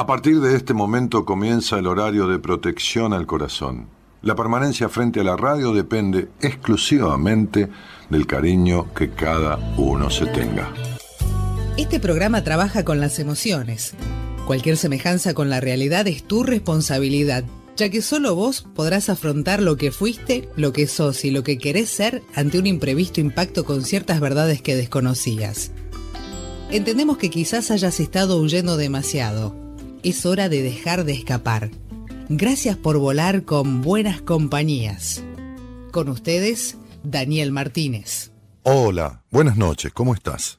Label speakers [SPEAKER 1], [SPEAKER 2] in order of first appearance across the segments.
[SPEAKER 1] A partir de este momento comienza el horario de protección al corazón. La permanencia frente a la radio depende exclusivamente del cariño que cada uno se tenga.
[SPEAKER 2] Este programa trabaja con las emociones. Cualquier semejanza con la realidad es tu responsabilidad, ya que solo vos podrás afrontar lo que fuiste, lo que sos y lo que querés ser ante un imprevisto impacto con ciertas verdades que desconocías. Entendemos que quizás hayas estado huyendo demasiado. Es hora de dejar de escapar. Gracias por volar con buenas compañías. Con ustedes, Daniel Martínez.
[SPEAKER 1] Hola, buenas noches, ¿cómo estás?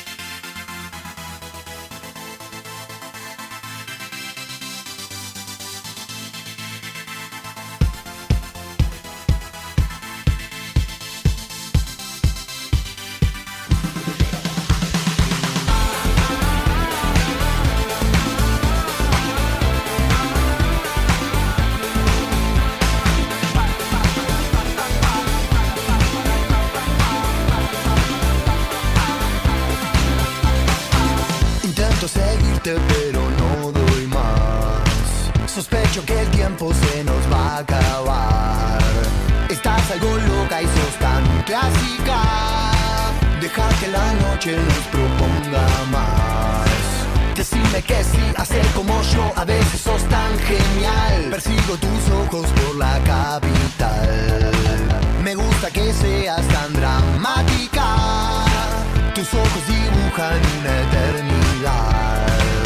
[SPEAKER 3] Pero no doy más. Sospecho que el tiempo se nos va a acabar. Estás algo loca y sos tan clásica. Deja que la noche nos proponga más. Decime que sí, hacer como yo. A veces sos tan genial. Persigo tus ojos por la capital. Me gusta que seas tan dramática. Tus ojos dibujan una eternidad.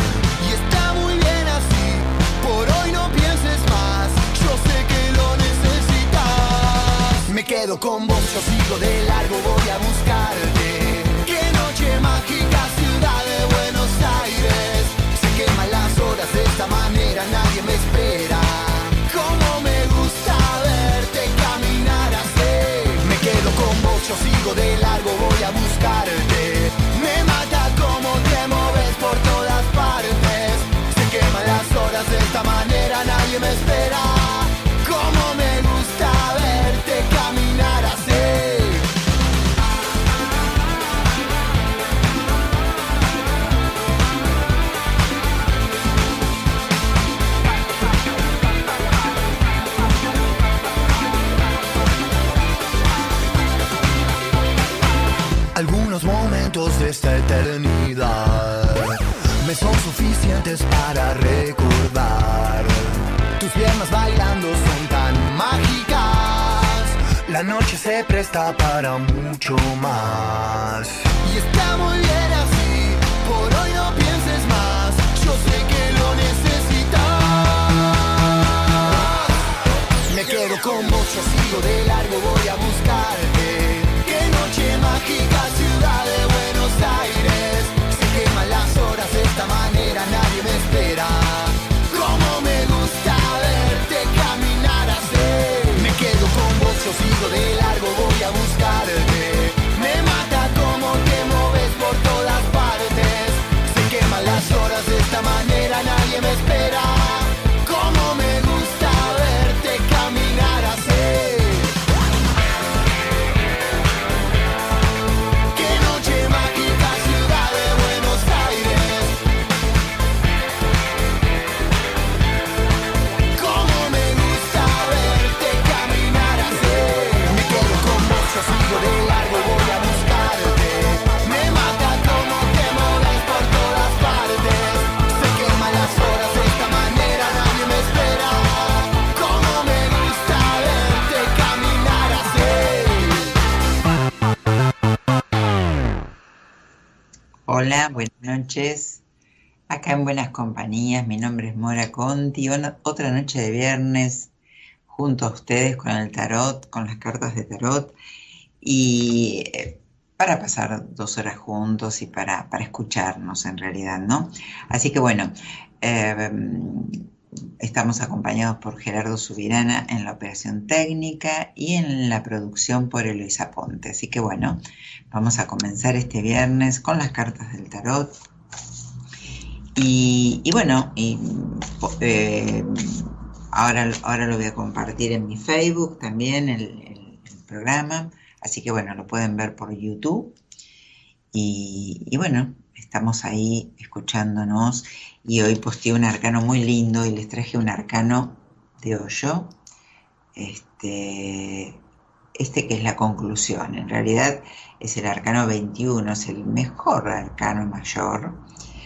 [SPEAKER 3] Me quedo con vos, yo sigo de largo, voy a buscarte. Qué noche mágica, ciudad de Buenos Aires. Se queman las horas de esta manera, nadie me espera. Cómo me gusta verte caminar así. Me quedo con vos, yo sigo de largo, voy a buscarte. Me mata cómo te moves por todas partes. Se queman las horas de esta manera, nadie me espera. Cómo me gusta verte caminar así. Algunos momentos de esta eternidad me son suficientes para recordar. Tus piernas bailando son tan mágicas. La noche se presta para mucho más. Y está muy bien así. Por hoy no pienses más. Yo sé que lo necesitas. Me quedo con vos, yo sigo de largo, voy a buscarte. Qué noche mágica, ciudad de Buenos Aires. Se queman las horas de esta manera, nadie me espera. Cómo me gusta verte caminar así. Me quedo con vos, yo sigo de largo, voy a buscarte. Me mata cómo te moves por todas partes. Se queman las horas de esta manera, nadie me espera. Cómo me gusta verte caminar así. Qué noche mágica, ciudad de Buenos Aires. Cómo me gusta verte caminar así. Me quedo con vos, yo sigo de largo, voy a buscarte. Me mata cómo te moves por todas partes. Se queman las horas de esta manera, nadie me espera. Cómo me gusta verte caminar así.
[SPEAKER 4] Hola, buenas noches. Acá en Buenas Compañías, mi nombre es Mora Conti. Otra noche de viernes junto a ustedes con el tarot, con las cartas de tarot y para pasar 2 horas juntos y para escucharnos en realidad, ¿no? Así que bueno, estamos acompañados por Gerardo Subirana en la operación técnica y en la producción por Eloisa Ponte. Así que bueno, vamos a comenzar este viernes con las cartas del tarot. Y bueno, ahora lo voy a compartir en mi Facebook también, el programa. Así que bueno, lo pueden ver por YouTube. Y bueno, estamos ahí escuchándonos, y hoy posteé un arcano muy lindo y les traje un arcano de hoyo, que es la conclusión. En realidad es el arcano 21, es el mejor arcano mayor,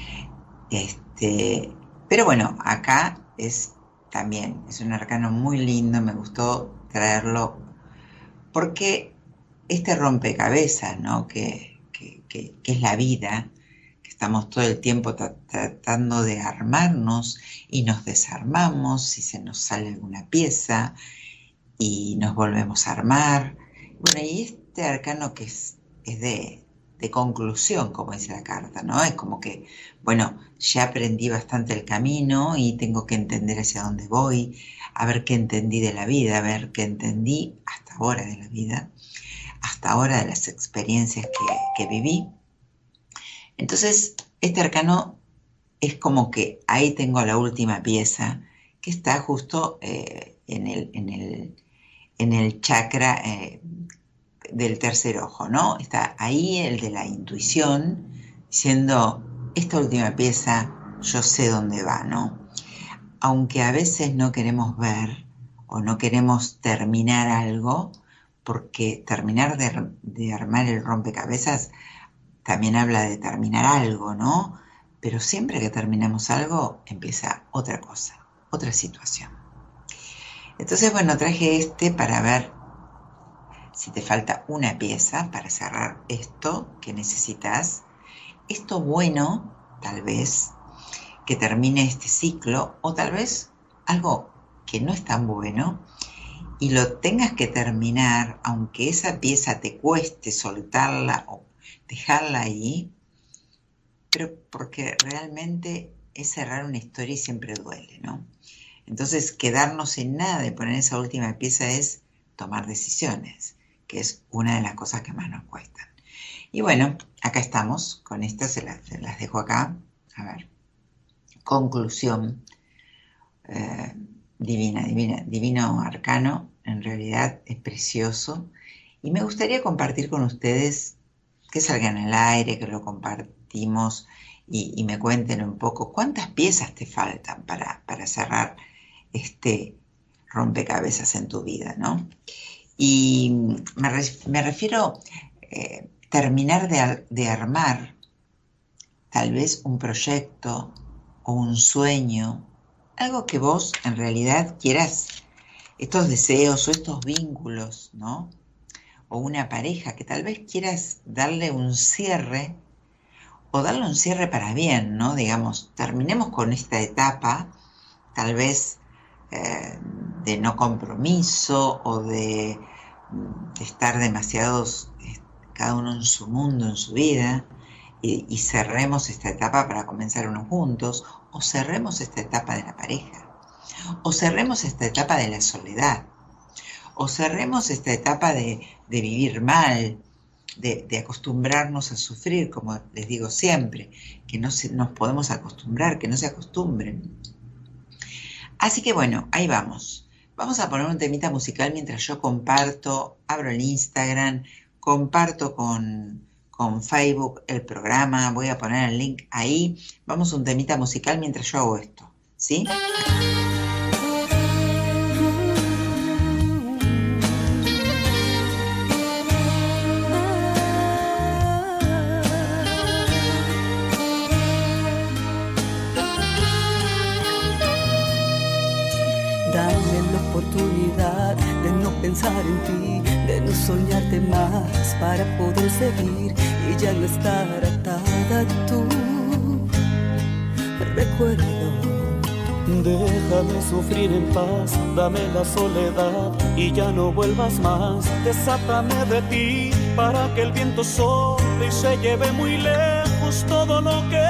[SPEAKER 4] pero bueno, acá es un arcano muy lindo, me gustó traerlo porque este rompecabezas, ¿no? que es la vida, que estamos todo el tiempo tratando de armarnos y nos desarmamos y se nos sale alguna pieza y nos volvemos a armar. Bueno, y este arcano que es de conclusión, como dice la carta, ¿no? Es como que, bueno, ya aprendí bastante el camino y tengo que entender hacia dónde voy, a ver qué entendí de la vida, a ver qué entendí hasta ahora de la vida, hasta ahora de las experiencias que viví. Entonces, este arcano es como que ahí tengo la última pieza que está justo en el chakra del tercer ojo, ¿no? Está ahí el de la intuición, diciendo, esta última pieza yo sé dónde va, ¿no? Aunque a veces no queremos ver o no queremos terminar algo, porque terminar de armar el rompecabezas también habla de terminar algo, ¿no? Pero siempre que terminamos algo, empieza otra cosa, otra situación. Entonces, bueno, traje para ver si te falta una pieza para cerrar esto que necesitas. Esto bueno, tal vez, que termine este ciclo, o tal vez algo que no es tan bueno y lo tengas que terminar, aunque esa pieza te cueste soltarla o dejarla ahí, pero porque realmente es cerrar una historia y siempre duele, ¿no? Entonces, quedarnos sin nada de poner esa última pieza es tomar decisiones, que es una de las cosas que más nos cuestan. Y bueno, acá estamos, con estas se las dejo acá. A ver, conclusión, divino arcano, en realidad es precioso. Y me gustaría compartir con ustedes, que salgan al aire, que lo compartimos y me cuenten un poco cuántas piezas te faltan para cerrar este rompecabezas en tu vida, ¿no? Y me refiero terminar de armar tal vez un proyecto o un sueño, algo que vos en realidad quieras, estos deseos o estos vínculos, ¿no? O una pareja que tal vez quieras darle un cierre o darle un cierre para bien, ¿no? Digamos, terminemos con esta etapa, tal vez de no compromiso o de estar demasiados, cada uno en su mundo, en su vida, y cerremos esta etapa para comenzar uno juntos, o cerremos esta etapa de la pareja, o cerremos esta etapa de la soledad, o cerremos esta etapa de vivir mal, de acostumbrarnos a sufrir, como les digo siempre, que nos podemos acostumbrar, que no se acostumbren. Así que bueno, ahí vamos. Vamos a poner un temita musical mientras yo comparto, abro el Instagram, comparto con Facebook el programa, voy a poner el link ahí. Vamos a un temita musical mientras yo hago esto, ¿sí?
[SPEAKER 5] Oportunidad de no pensar en ti, de no soñarte más para poder seguir y ya no estar atada a tu recuerdo.
[SPEAKER 6] Déjame sufrir en paz, dame la soledad y ya no vuelvas más. Desátame de ti para que el viento sople y se lleve muy lejos todo lo que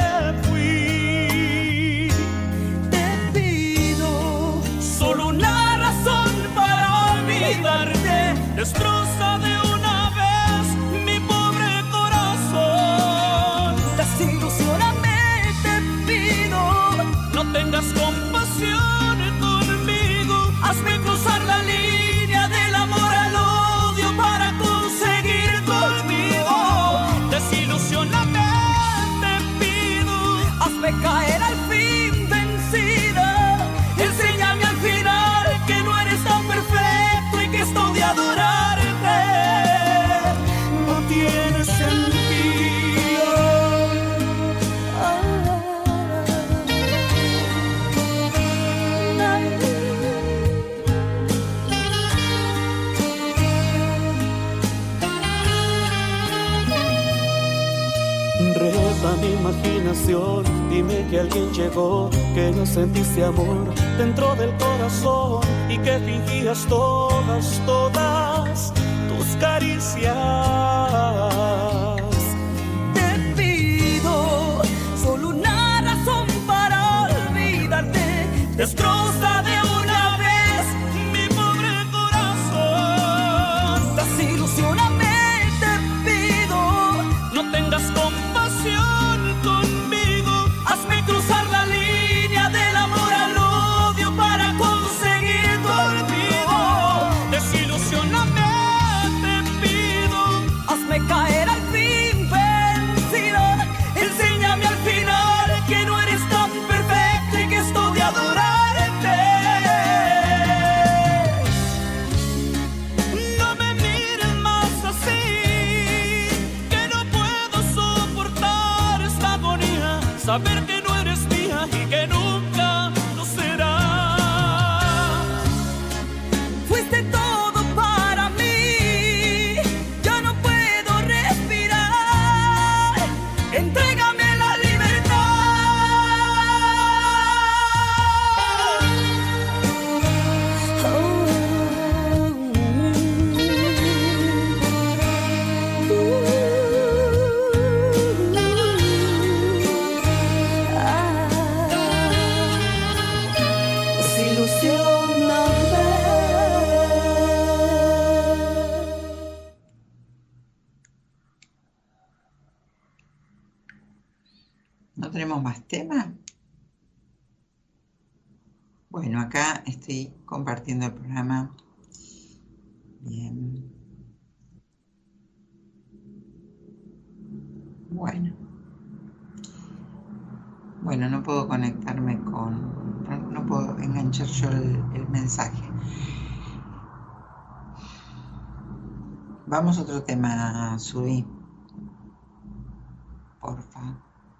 [SPEAKER 6] fui.
[SPEAKER 5] Te pido
[SPEAKER 6] solo una razón para olvidarte. Destroza de una vez mi pobre corazón.
[SPEAKER 5] Desilusióname, te pido.
[SPEAKER 6] No tengas compasión conmigo. Hazme cruzar la línea del amor al odio para conseguir conmigo. Desilusióname, te pido. imaginación. Dime que alguien llegó, que no sentiste amor dentro del corazón y que fingías todas tus caricias.
[SPEAKER 5] Te pido solo una razón para olvidarte. Destroza de una vez mi pobre corazón. Desilusióname, te pido. No tengas compasión conmigo. Hazme cruzar la línea del amor al odio para conseguir tu olvido. Desilusióname, te pido. Hazme caer al fin vencida. Enséñame al final que no eres tan perfecta y que esto de adorarte. No me mires más así, que no puedo soportar esta agonía. Saber que no eres mía y que nunca lo serás. Fuiste todo para mí, ya no puedo respirar. Entrégame la
[SPEAKER 4] ¿No tenemos más temas? Bueno, acá estoy compartiendo el programa. Bien. Bueno, no puedo conectarme no puedo enganchar yo el mensaje. Vamos a otro tema, Subi. Porfa.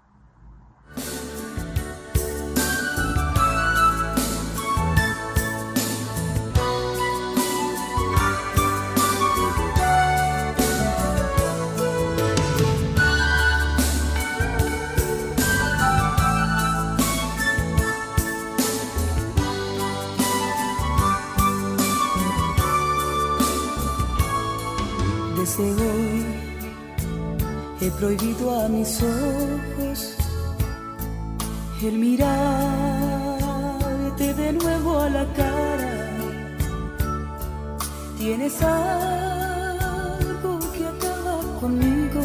[SPEAKER 5] Desde hoy he prohibido a mis ojos el mirarte de nuevo a la cara. Tienes algo que acaba conmigo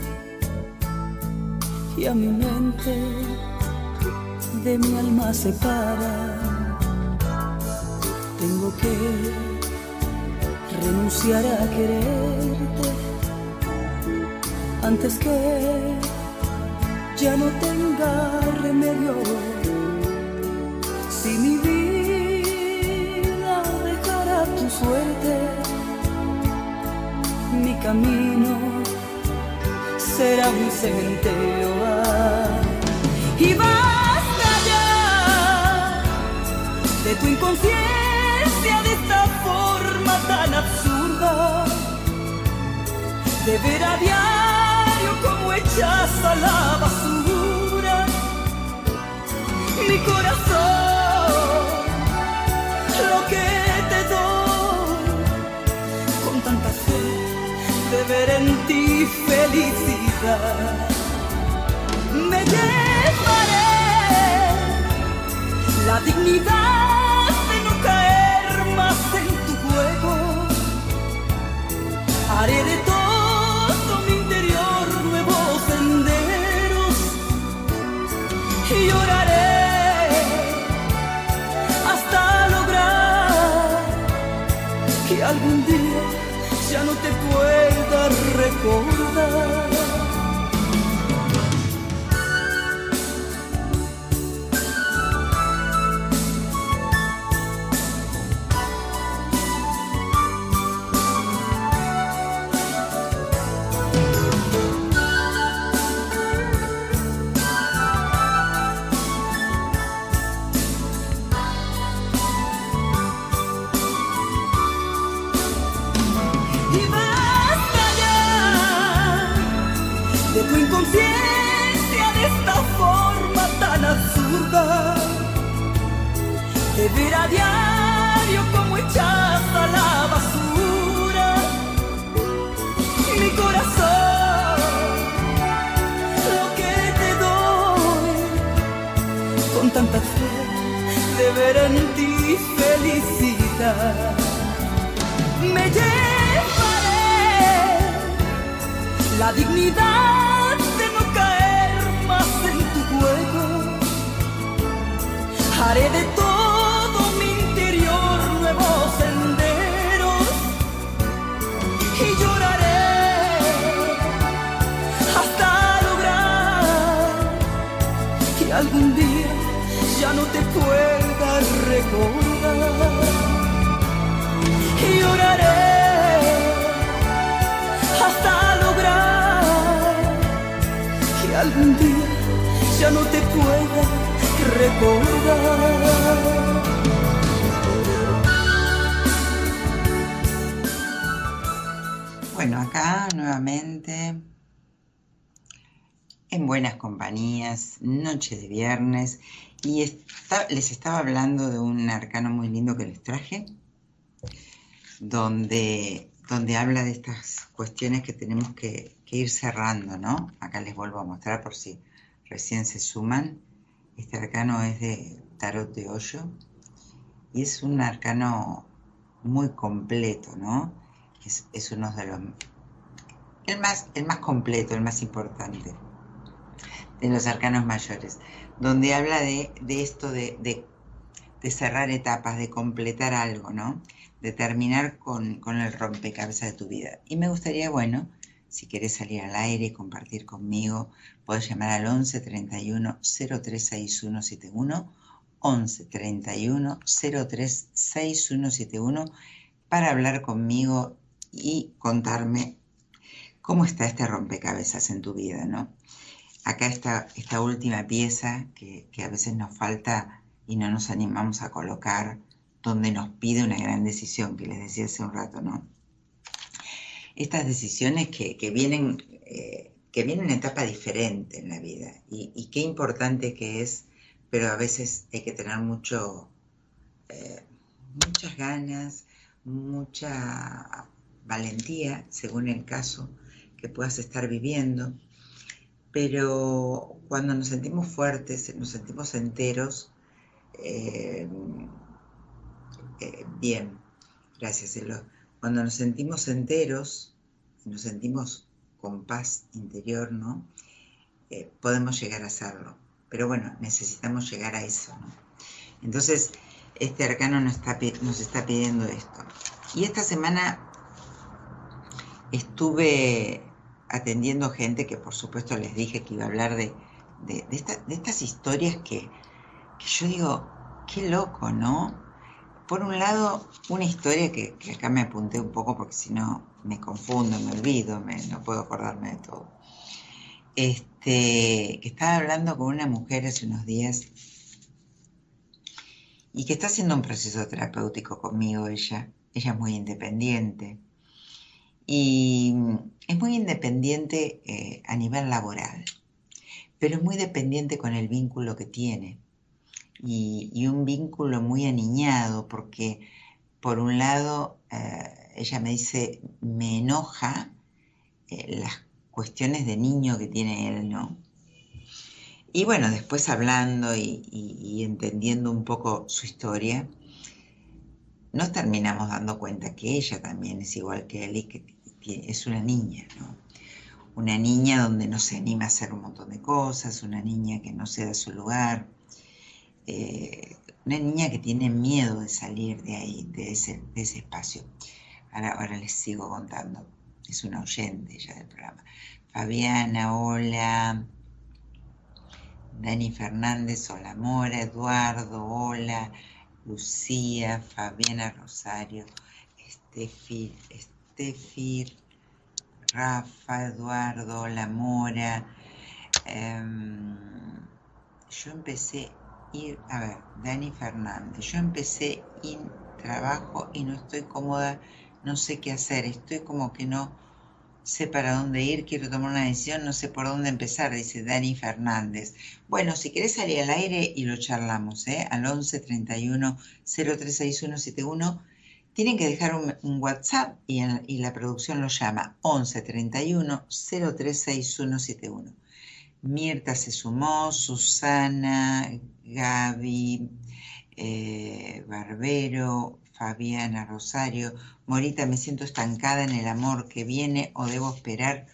[SPEAKER 5] y a mi mente de mi alma separa. Tengo que renunciar a quererte antes que ya no tenga remedio. Si mi vida dejara tu suerte, mi camino será un cementerio. Y basta ya de tu inconsciencia, de esta forma tan absurda de ver a diario como echas a la basura mi corazón, lo que te doy con tanta fe de ver en ti felicidad. Me llevaré la dignidad de no caer más en tu juego. Haré de todo mi interior nuevos senderos y lloraré hasta lograr que algún día ya no te pueda recordar. Y basta ya absurda de ver a diario como echas a la basura mi corazón, lo que te doy con tanta fe de ver en ti felicidad. Me llevaré la dignidad de no caer más en tu juego. Haré de todo mi interior nuevos senderos y lloraré hasta lograr que algún día ya no te pueda recordar. Y lloraré hasta lograr que algún día ya no te pueda recordar.
[SPEAKER 4] Bueno, acá nuevamente en buenas compañías, noche de viernes, y les estaba hablando de un arcano muy lindo que les traje, donde habla de estas cuestiones que tenemos que ir cerrando, ¿no? Acá les vuelvo a mostrar por si recién se suman. Este arcano es de Tarot de Hoyo y es un arcano muy completo, ¿no? Es uno de los... el más completo, el más importante de los arcanos mayores, donde habla de esto de cerrar etapas, de completar algo, ¿no? De terminar con el rompecabezas de tu vida. Y me gustaría, bueno, si querés salir al aire y compartir conmigo, podés llamar al 11 31 03 6171, 11 31 03 6171, para hablar conmigo y contarme cómo está este rompecabezas en tu vida, ¿no? Acá está esta última pieza que a veces nos falta y no nos animamos a colocar, donde nos pide una gran decisión, que les decía hace un rato, ¿no? Estas decisiones que vienen en etapa diferente en la vida, y qué importante que es, pero a veces hay que tener muchas ganas, mucha valentía, según el caso que puedas estar viviendo, pero cuando nos sentimos fuertes, nos sentimos enteros, bien, gracias, Elo. Cuando nos sentimos enteros, nos sentimos con paz interior, ¿no? Podemos llegar a hacerlo. Pero bueno, necesitamos llegar a eso, ¿no? Entonces, este arcano nos está pidiendo esto. Y esta semana estuve atendiendo gente que, por supuesto, les dije que iba a hablar de estas historias que yo digo, qué loco, ¿no? Por un lado, una historia que acá me apunté un poco porque si no me confundo, me olvido, no puedo acordarme de todo. Que estaba hablando con una mujer hace unos días y que está haciendo un proceso terapéutico conmigo. Ella es muy independiente y es muy independiente a nivel laboral, pero es muy dependiente con el vínculo que tiene. Y un vínculo muy aniñado, porque por un lado ella me dice, me enoja las cuestiones de niño que tiene él, ¿no? Y bueno, después hablando y entendiendo un poco su historia, nos terminamos dando cuenta que ella también es igual que él y que es una niña, ¿no? Una niña donde no se anima a hacer un montón de cosas, una niña que no se da su lugar. Una niña que tiene miedo de salir de ahí, de ese espacio. Ahora les sigo contando. Es una oyente ya del programa. Fabiana, hola. Dani Fernández, hola. Mora, Eduardo, hola. Lucía, Fabiana Rosario, Estefi, Rafa, Eduardo, hola. Mora. Yo empecé Dani Fernández, yo empecé trabajo y no estoy cómoda, no sé qué hacer, estoy como que no sé para dónde ir, quiero tomar una decisión, no sé por dónde empezar, dice Dani Fernández. Bueno, si querés salir al aire y lo charlamos, al 11 31 036171, tienen que dejar un WhatsApp y la producción lo llama 11 31 036171. Mirta se sumó, Susana, Gaby, Barbero, Fabiana, Rosario. Morita, me siento estancada en el amor que viene o debo esperar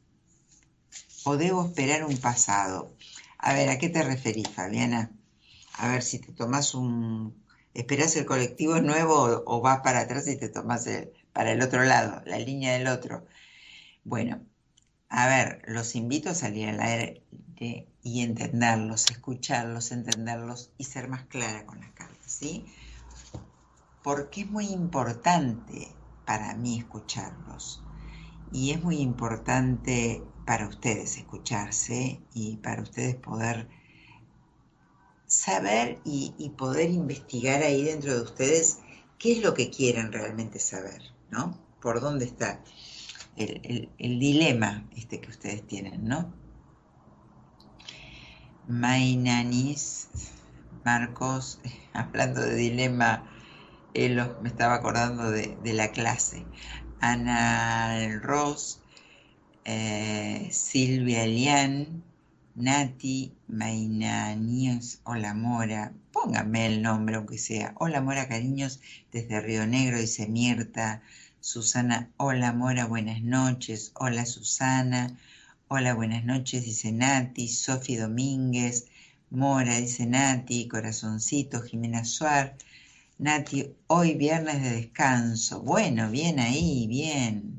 [SPEAKER 4] un pasado. A ver, ¿a qué te referís, Fabiana? A ver si te tomás esperás el colectivo nuevo o vas para atrás y te tomás para el otro lado, la línea del otro. Bueno, a ver, los invito a salir al aire y entenderlos, escucharlos, entenderlos y ser más clara con las cartas, ¿sí? Porque es muy importante para mí escucharlos y es muy importante para ustedes escucharse y para ustedes poder saber y poder investigar ahí dentro de ustedes qué es lo que quieren realmente saber, ¿no? Por dónde está el dilema que ustedes tienen, ¿no? Mainanis, Marcos, hablando de dilema, me estaba acordando de la clase. Ana Ross, Silvia Elian, Nati, Mainanis, hola Mora, pónganme el nombre aunque sea. Hola Mora, cariños, desde Río Negro, dice Mirta. Susana, hola Mora, buenas noches. Hola Susana, hola buenas noches, dice Nati. Sofi Domínguez, Mora, dice Nati. Corazoncito, Jimena Suárez. Nati, hoy viernes de descanso. Bueno, bien ahí, bien.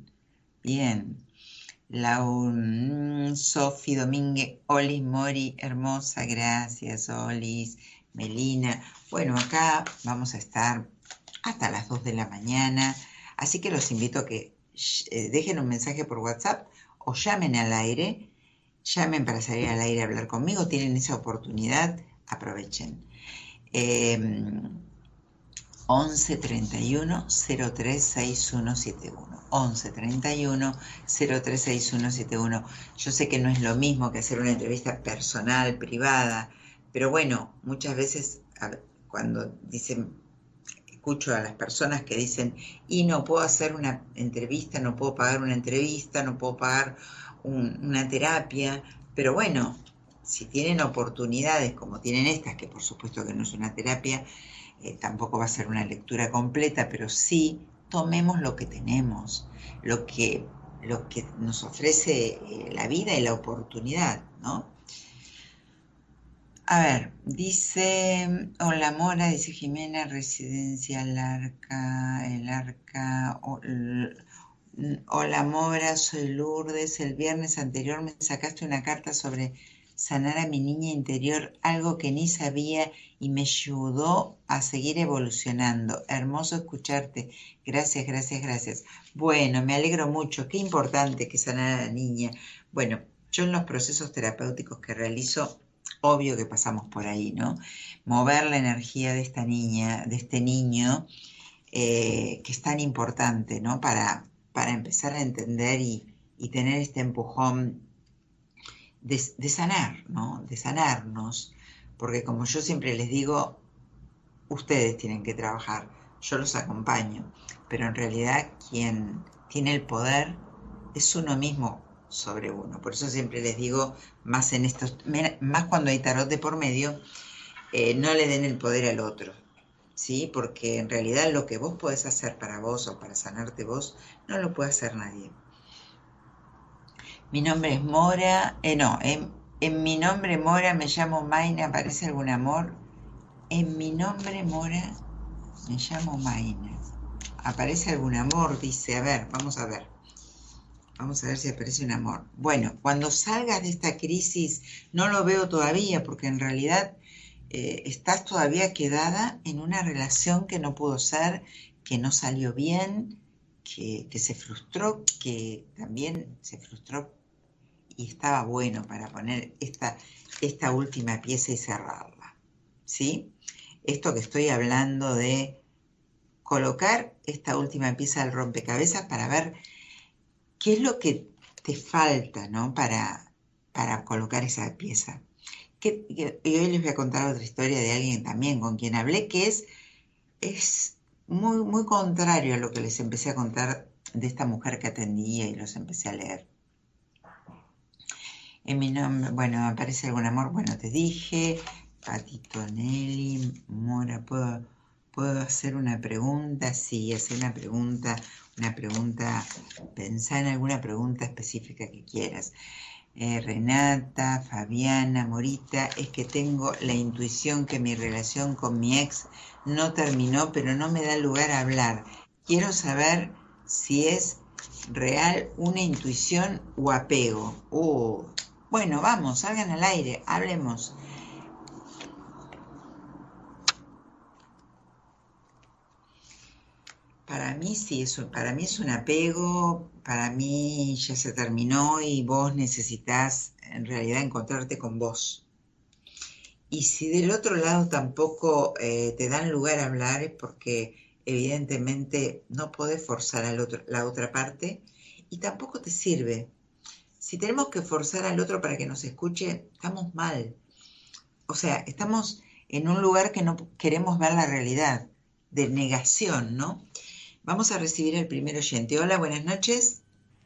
[SPEAKER 4] Sofi Domínguez, Olis Mori, hermosa, gracias Olis. Melina, bueno, acá vamos a estar hasta las 2 de la mañana, así que los invito a que dejen un mensaje por WhatsApp o llamen al aire, llamen para salir al aire a hablar conmigo, tienen esa oportunidad, aprovechen. 11 31 03 6171. 11 31 03 6171. Yo sé que no es lo mismo que hacer una entrevista personal, privada, pero bueno, muchas veces cuando escucho a las personas que dicen, y no puedo hacer una entrevista, no puedo pagar una entrevista, no puedo pagar una terapia, pero bueno, si tienen oportunidades como tienen estas, que por supuesto que no es una terapia, tampoco va a ser una lectura completa, pero sí tomemos lo que tenemos, lo que nos ofrece la vida y la oportunidad, ¿no? A ver, dice, hola Mora, dice Jimena, residencia el Arca, hola Mora, soy Lourdes, el viernes anterior me sacaste una carta sobre sanar a mi niña interior, algo que ni sabía y me ayudó a seguir evolucionando. Hermoso escucharte. Gracias. Bueno, me alegro mucho. Qué importante que sanar a la niña. Bueno, yo en los procesos terapéuticos que realizo, obvio que pasamos por ahí, ¿no? Mover la energía de esta niña, de este niño, que es tan importante, ¿no? Para empezar a entender y tener este empujón de sanar, ¿no? De sanarnos, porque como yo siempre les digo, ustedes tienen que trabajar, yo los acompaño, pero en realidad quien tiene el poder es uno mismo sobre uno. Por eso siempre les digo, más cuando hay tarot de por medio, no le den el poder al otro, ¿sí? Porque en realidad lo que vos podés hacer para vos o para sanarte vos, no lo puede hacer nadie. Mi nombre es Mora, en mi nombre Mora me llamo Maina, ¿aparece algún amor? En mi nombre Mora me llamo Maina, ¿aparece algún amor? Dice, a ver si aparece un amor. Bueno, cuando salgas de esta crisis, no lo veo todavía, porque en realidad estás todavía quedada en una relación que no pudo ser, que no salió bien, que se frustró, que también se frustró y estaba bueno para poner esta última pieza y cerrarla, ¿sí? Esto que estoy hablando de colocar esta última pieza del rompecabezas para ver ¿qué es lo que te falta, ¿no? para colocar esa pieza? Y hoy les voy a contar otra historia de alguien también con quien hablé, que es muy, muy contrario a lo que les empecé a contar de esta mujer que atendía y los empecé a leer. En mi nombre, bueno, aparece algún amor, bueno, te dije, Patito Nelly, Mora, ¿puedo hacer una pregunta? Sí, hacer una pregunta, pensá en alguna pregunta específica que quieras. Renata, Fabiana, Morita, es que tengo la intuición que mi relación con mi ex no terminó, pero no me da lugar a hablar. Quiero saber si es real una intuición o apego. Bueno, vamos, salgan al aire, hablemos. Para mí sí, para mí es un apego, para mí ya se terminó y vos necesitas en realidad encontrarte con vos. Y si del otro lado tampoco te dan lugar a hablar es porque evidentemente no podés forzar la otra parte y tampoco te sirve. Si tenemos que forzar al otro para que nos escuche, estamos mal. O sea, estamos en un lugar que no queremos ver la realidad, de negación, ¿no? Vamos a recibir al primer oyente. Hola, buenas noches.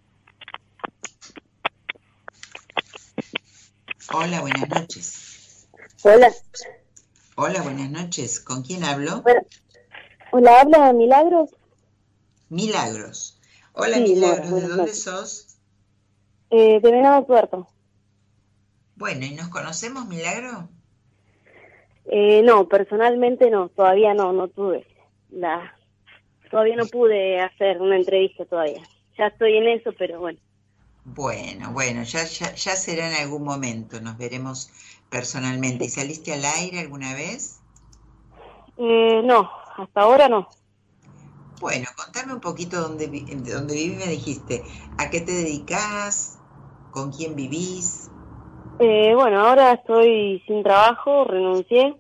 [SPEAKER 4] Hola, buenas noches.
[SPEAKER 7] Hola.
[SPEAKER 4] Hola, buenas noches. ¿Con quién hablo?
[SPEAKER 7] Hola, habla Milagros.
[SPEAKER 4] Milagros. Hola,
[SPEAKER 7] Sí,
[SPEAKER 4] Milagros.
[SPEAKER 7] bueno,
[SPEAKER 4] ¿De dónde sos?
[SPEAKER 7] De Venado Tuerto.
[SPEAKER 4] Bueno, ¿y nos conocemos, Milagro?
[SPEAKER 7] No, personalmente no, todavía no tuve todavía no pude hacer una entrevista todavía. Ya estoy en eso, pero bueno.
[SPEAKER 4] Bueno, ya será en algún momento, nos veremos personalmente. ¿Y saliste al aire alguna vez?
[SPEAKER 7] No, hasta ahora no.
[SPEAKER 4] Bueno, contame un poquito dónde vivís, me dijiste. ¿A qué te dedicás? ¿Con quién vivís?
[SPEAKER 7] Bueno, ahora estoy sin trabajo, renuncié.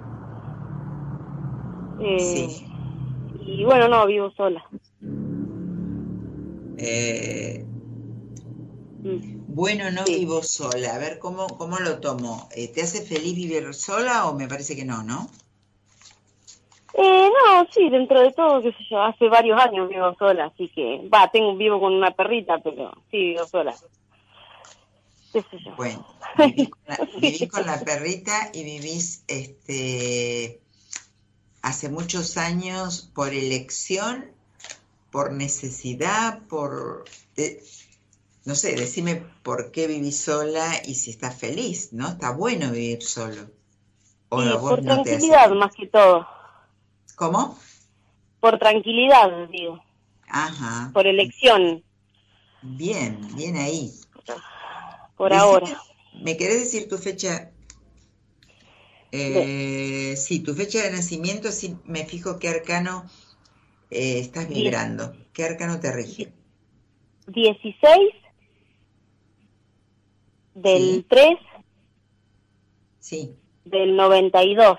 [SPEAKER 4] Sí.
[SPEAKER 7] Y bueno, no, vivo sola.
[SPEAKER 4] Bueno, no
[SPEAKER 7] Sí.
[SPEAKER 4] vivo sola. A ver, ¿cómo lo tomo? ¿Te hace feliz vivir sola o me parece que no, no?
[SPEAKER 7] No, sí, dentro de todo, qué sé yo, hace varios años vivo sola, así que, vivo con una perrita, pero sí vivo sola. Qué sé yo.
[SPEAKER 4] Bueno, vivís con la perrita y vivís, hace muchos años por elección, por necesidad, no sé, decime por qué vivís sola y si estás feliz, ¿no? Está bueno vivir solo. O
[SPEAKER 7] Sí,
[SPEAKER 4] a vos
[SPEAKER 7] por
[SPEAKER 4] no te hace
[SPEAKER 7] tranquilidad
[SPEAKER 4] feliz.
[SPEAKER 7] más que todo.
[SPEAKER 4] ¿Cómo?
[SPEAKER 7] Por tranquilidad, digo.
[SPEAKER 4] Ajá.
[SPEAKER 7] Por elección.
[SPEAKER 4] Bien ahí.
[SPEAKER 7] Por
[SPEAKER 4] Decime,
[SPEAKER 7] ahora.
[SPEAKER 4] ¿me querés decir tu fecha? Sí, tu fecha de nacimiento, así me fijo qué arcano estás vibrando. ¿Qué arcano te rige?
[SPEAKER 7] 16 del
[SPEAKER 4] Sí.
[SPEAKER 7] 3
[SPEAKER 4] Sí.
[SPEAKER 7] del 92.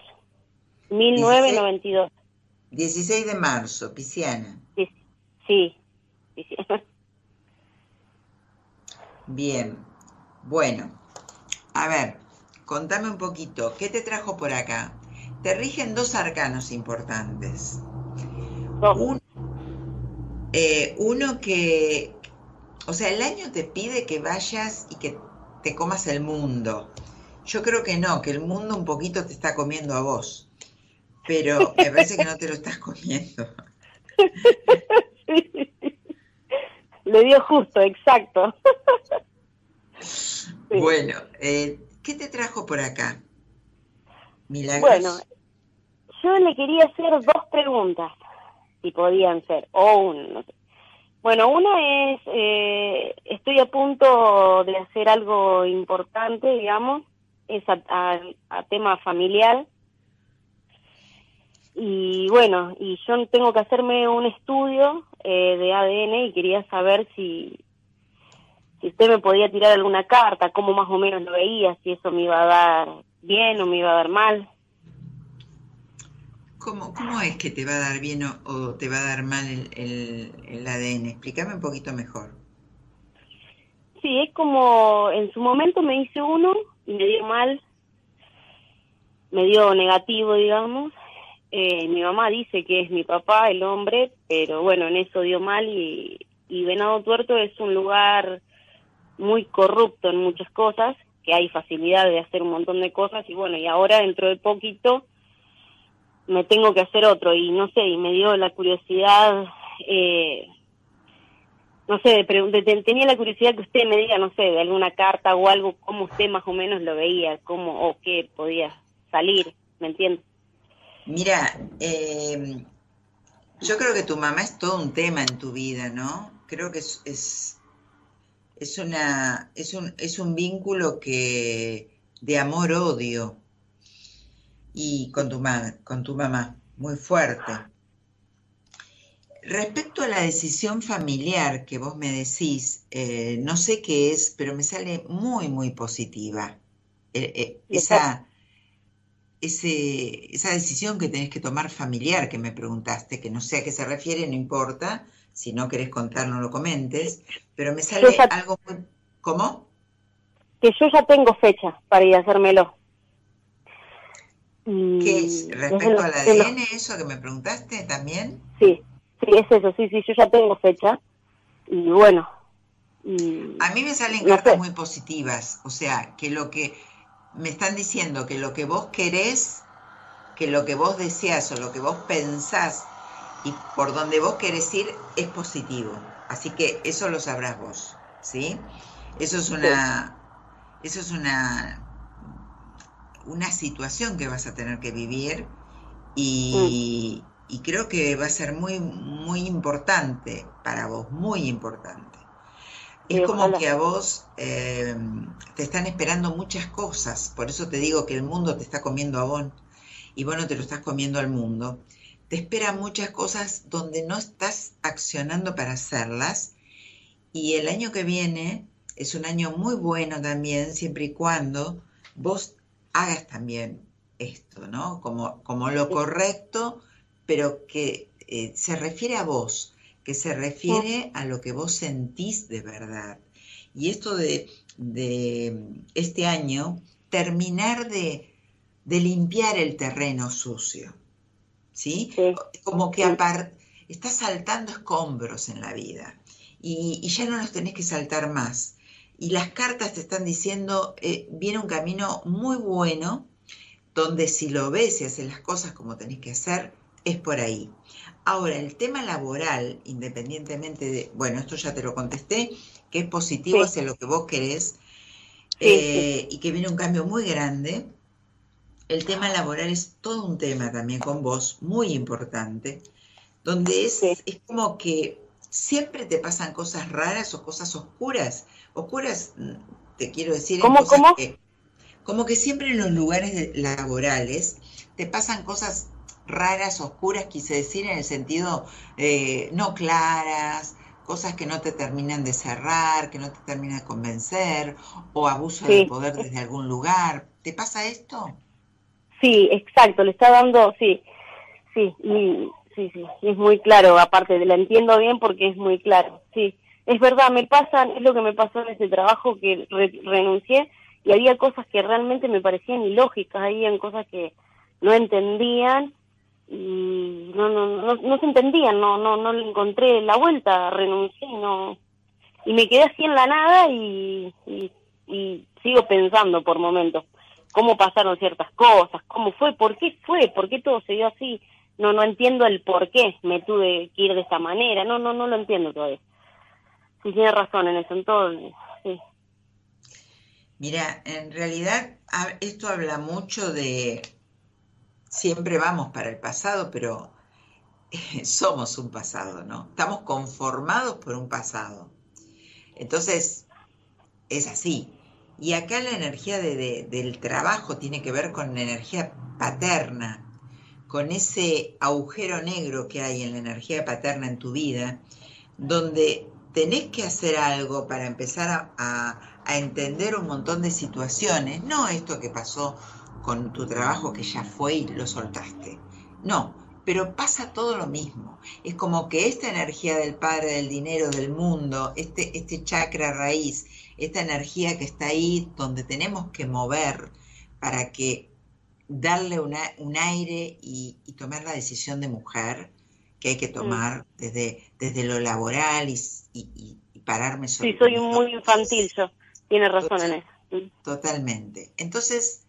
[SPEAKER 7] 1992.
[SPEAKER 4] 16 de marzo, Pisciana.
[SPEAKER 7] Sí.
[SPEAKER 4] Bien. Bueno, a ver, contame un poquito, ¿qué te trajo por acá? Te rigen dos arcanos importantes.
[SPEAKER 7] Dos.
[SPEAKER 4] Uno que, o sea, el año te pide que vayas y que te comas el mundo. Yo creo que no, que el mundo un poquito te está comiendo a vos. Pero me parece que no te lo estás comiendo.
[SPEAKER 7] Le dio justo, exacto. Sí.
[SPEAKER 4] Bueno, ¿qué te trajo por acá, Milagros?
[SPEAKER 7] Bueno, yo le quería hacer dos preguntas, si podían ser, o una, no sé. Bueno, una es, estoy a punto de hacer algo importante, digamos, es a tema familiar. Y bueno, y yo tengo que hacerme un estudio de ADN y quería saber si usted me podía tirar alguna carta, cómo más o menos lo veía, si eso me iba a dar bien o me iba a dar mal.
[SPEAKER 4] ¿Cómo es que te va a dar bien o te va a dar mal el ADN? Explícame un poquito mejor.
[SPEAKER 7] sí, es como en su momento me hice uno y me dio mal, me dio negativo, digamos. Mi mamá dice que es mi papá, el hombre, pero bueno, en eso dio mal y Venado Tuerto es un lugar muy corrupto en muchas cosas, que hay facilidad de hacer un montón de cosas y bueno, y ahora dentro de poquito me tengo que hacer otro y no sé, y me dio la curiosidad, no sé, tenía la curiosidad que usted me diga, no sé, de alguna carta o algo, cómo usted más o menos lo veía, cómo o qué podía salir, ¿me entiende?
[SPEAKER 4] Mira, yo creo que tu mamá es todo un tema en tu vida, ¿no? Creo que es un vínculo de amor-odio y con tu mamá, muy fuerte. Respecto a la decisión familiar que vos me decís, no sé qué es, pero me sale muy, muy positiva. Esa decisión que tenés que tomar familiar que me preguntaste, que no sé a qué se refiere, no importa, si no querés contar no lo comentes, pero me sale algo muy... ¿Cómo?
[SPEAKER 7] Que yo ya tengo fecha para ir a hacérmelo.
[SPEAKER 4] ¿Qué es? ¿Respecto al ADN, eso que me preguntaste también?
[SPEAKER 7] Sí, es eso, sí, yo ya tengo fecha. Y bueno...
[SPEAKER 4] a mí me salen cartas muy positivas, o sea, que lo que... Me están diciendo que lo que vos querés, que lo que vos deseás o lo que vos pensás y por donde vos querés ir es positivo. Así que eso lo sabrás vos, ¿sí? Eso es una situación que vas a tener que vivir y creo que va a ser muy, muy importante para vos, muy importante. Es como que a vos te están esperando muchas cosas, por eso te digo que el mundo te está comiendo a vos y vos no te lo estás comiendo al mundo. Te esperan muchas cosas donde no estás accionando para hacerlas y el año que viene es un año muy bueno también, siempre y cuando vos hagas también esto, ¿no? Como lo correcto, pero que se refiere a vos, que se refiere a lo que vos sentís de verdad. Y esto de este año, terminar de limpiar el terreno sucio, ¿sí? Como que estás saltando escombros en la vida y ya no los tenés que saltar más. Y las cartas te están diciendo, viene un camino muy bueno, donde si lo ves y haces las cosas como tenés que hacer, es por ahí. Ahora, el tema laboral, independientemente de... Bueno, esto ya te lo contesté, que es positivo hacia lo que vos querés y que viene un cambio muy grande. El tema laboral es todo un tema también con vos, muy importante, donde es como que siempre te pasan cosas raras o cosas oscuras. Oscuras, te quiero decir,
[SPEAKER 7] ¿Cómo?
[SPEAKER 4] Como que siempre en los lugares laborales te pasan cosas raras, oscuras, quise decir, en el sentido no claras, cosas que no te terminan de cerrar, que no te terminan de convencer, o abuso de poder desde algún lugar. ¿Te pasa esto?
[SPEAKER 7] Sí, exacto, le está dando, sí, y es muy claro, aparte, la entiendo bien porque es muy claro, sí. Es verdad, es lo que me pasó en ese trabajo que renuncié, y había cosas que realmente me parecían ilógicas, habían cosas que no entendían, y no se entendían, no le encontré la vuelta, renuncié, y me quedé así en la nada y sigo pensando por momentos cómo pasaron ciertas cosas, cómo fue, por qué todo se dio así, no entiendo el por qué me tuve que ir de esta manera, no lo entiendo todavía. Sí, tiene razón en eso, entonces, sí.
[SPEAKER 4] Mira, en realidad esto habla mucho de... Siempre vamos para el pasado, pero somos un pasado, ¿no? Estamos conformados por un pasado. Entonces, es así. Y acá la energía del trabajo tiene que ver con la energía paterna, con ese agujero negro que hay en la energía paterna en tu vida, donde tenés que hacer algo para empezar a entender un montón de situaciones, no esto que pasó con tu trabajo que ya fue y lo soltaste, no, pero pasa todo lo mismo. Es como que esta energía del padre, del dinero, del mundo, este chakra raíz, esta energía que está ahí, donde tenemos que mover para que darle un aire y tomar la decisión de mujer que hay que tomar desde lo laboral y pararme sobre.
[SPEAKER 7] Sí, soy muy infantil yo, tiene razón en eso.
[SPEAKER 4] Totalmente. Entonces,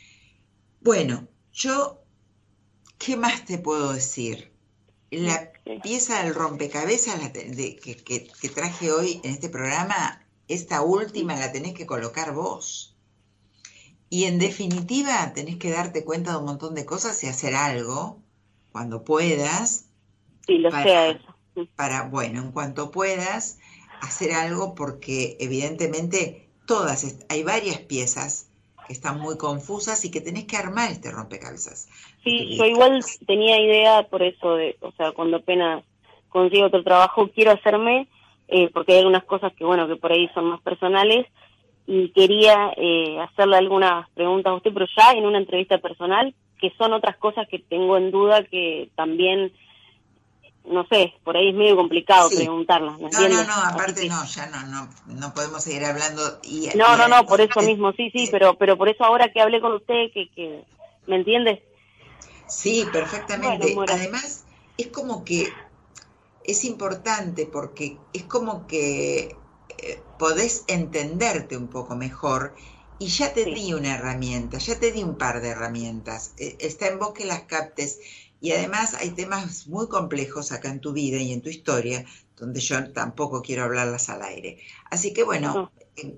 [SPEAKER 4] bueno, yo, ¿qué más te puedo decir? La pieza del rompecabezas que traje hoy en este programa, esta última la tenés que colocar vos. Y en definitiva tenés que darte cuenta de un montón de cosas y hacer algo cuando puedas.
[SPEAKER 7] Sí, lo sé eso.
[SPEAKER 4] Bueno, en cuanto puedas, hacer algo porque evidentemente hay varias piezas que están muy confusas y que tenés que armar este rompecabezas.
[SPEAKER 7] Sí, yo igual tenía idea por eso, o sea, cuando apenas consigo otro trabajo, quiero hacerme, porque hay algunas cosas que, bueno, que por ahí son más personales, y quería hacerle algunas preguntas a usted, pero ya en una entrevista personal, que son otras cosas que tengo en duda que también, no sé, por ahí es medio complicado preguntarlas, ¿me entiendes?
[SPEAKER 4] No, aparte que... ya no podemos seguir hablando.
[SPEAKER 7] No, por eso mismo, sí, pero por eso ahora que hablé con usted, que ¿me entiendes?
[SPEAKER 4] Sí, perfectamente.
[SPEAKER 7] Bueno,
[SPEAKER 4] además, es como que es importante porque es como que podés entenderte un poco mejor y ya te di una herramienta, ya te di un par de herramientas. Está en vos que las captes. Y además hay temas muy complejos acá en tu vida y en tu historia, donde yo tampoco quiero hablarlas al aire. Así que bueno,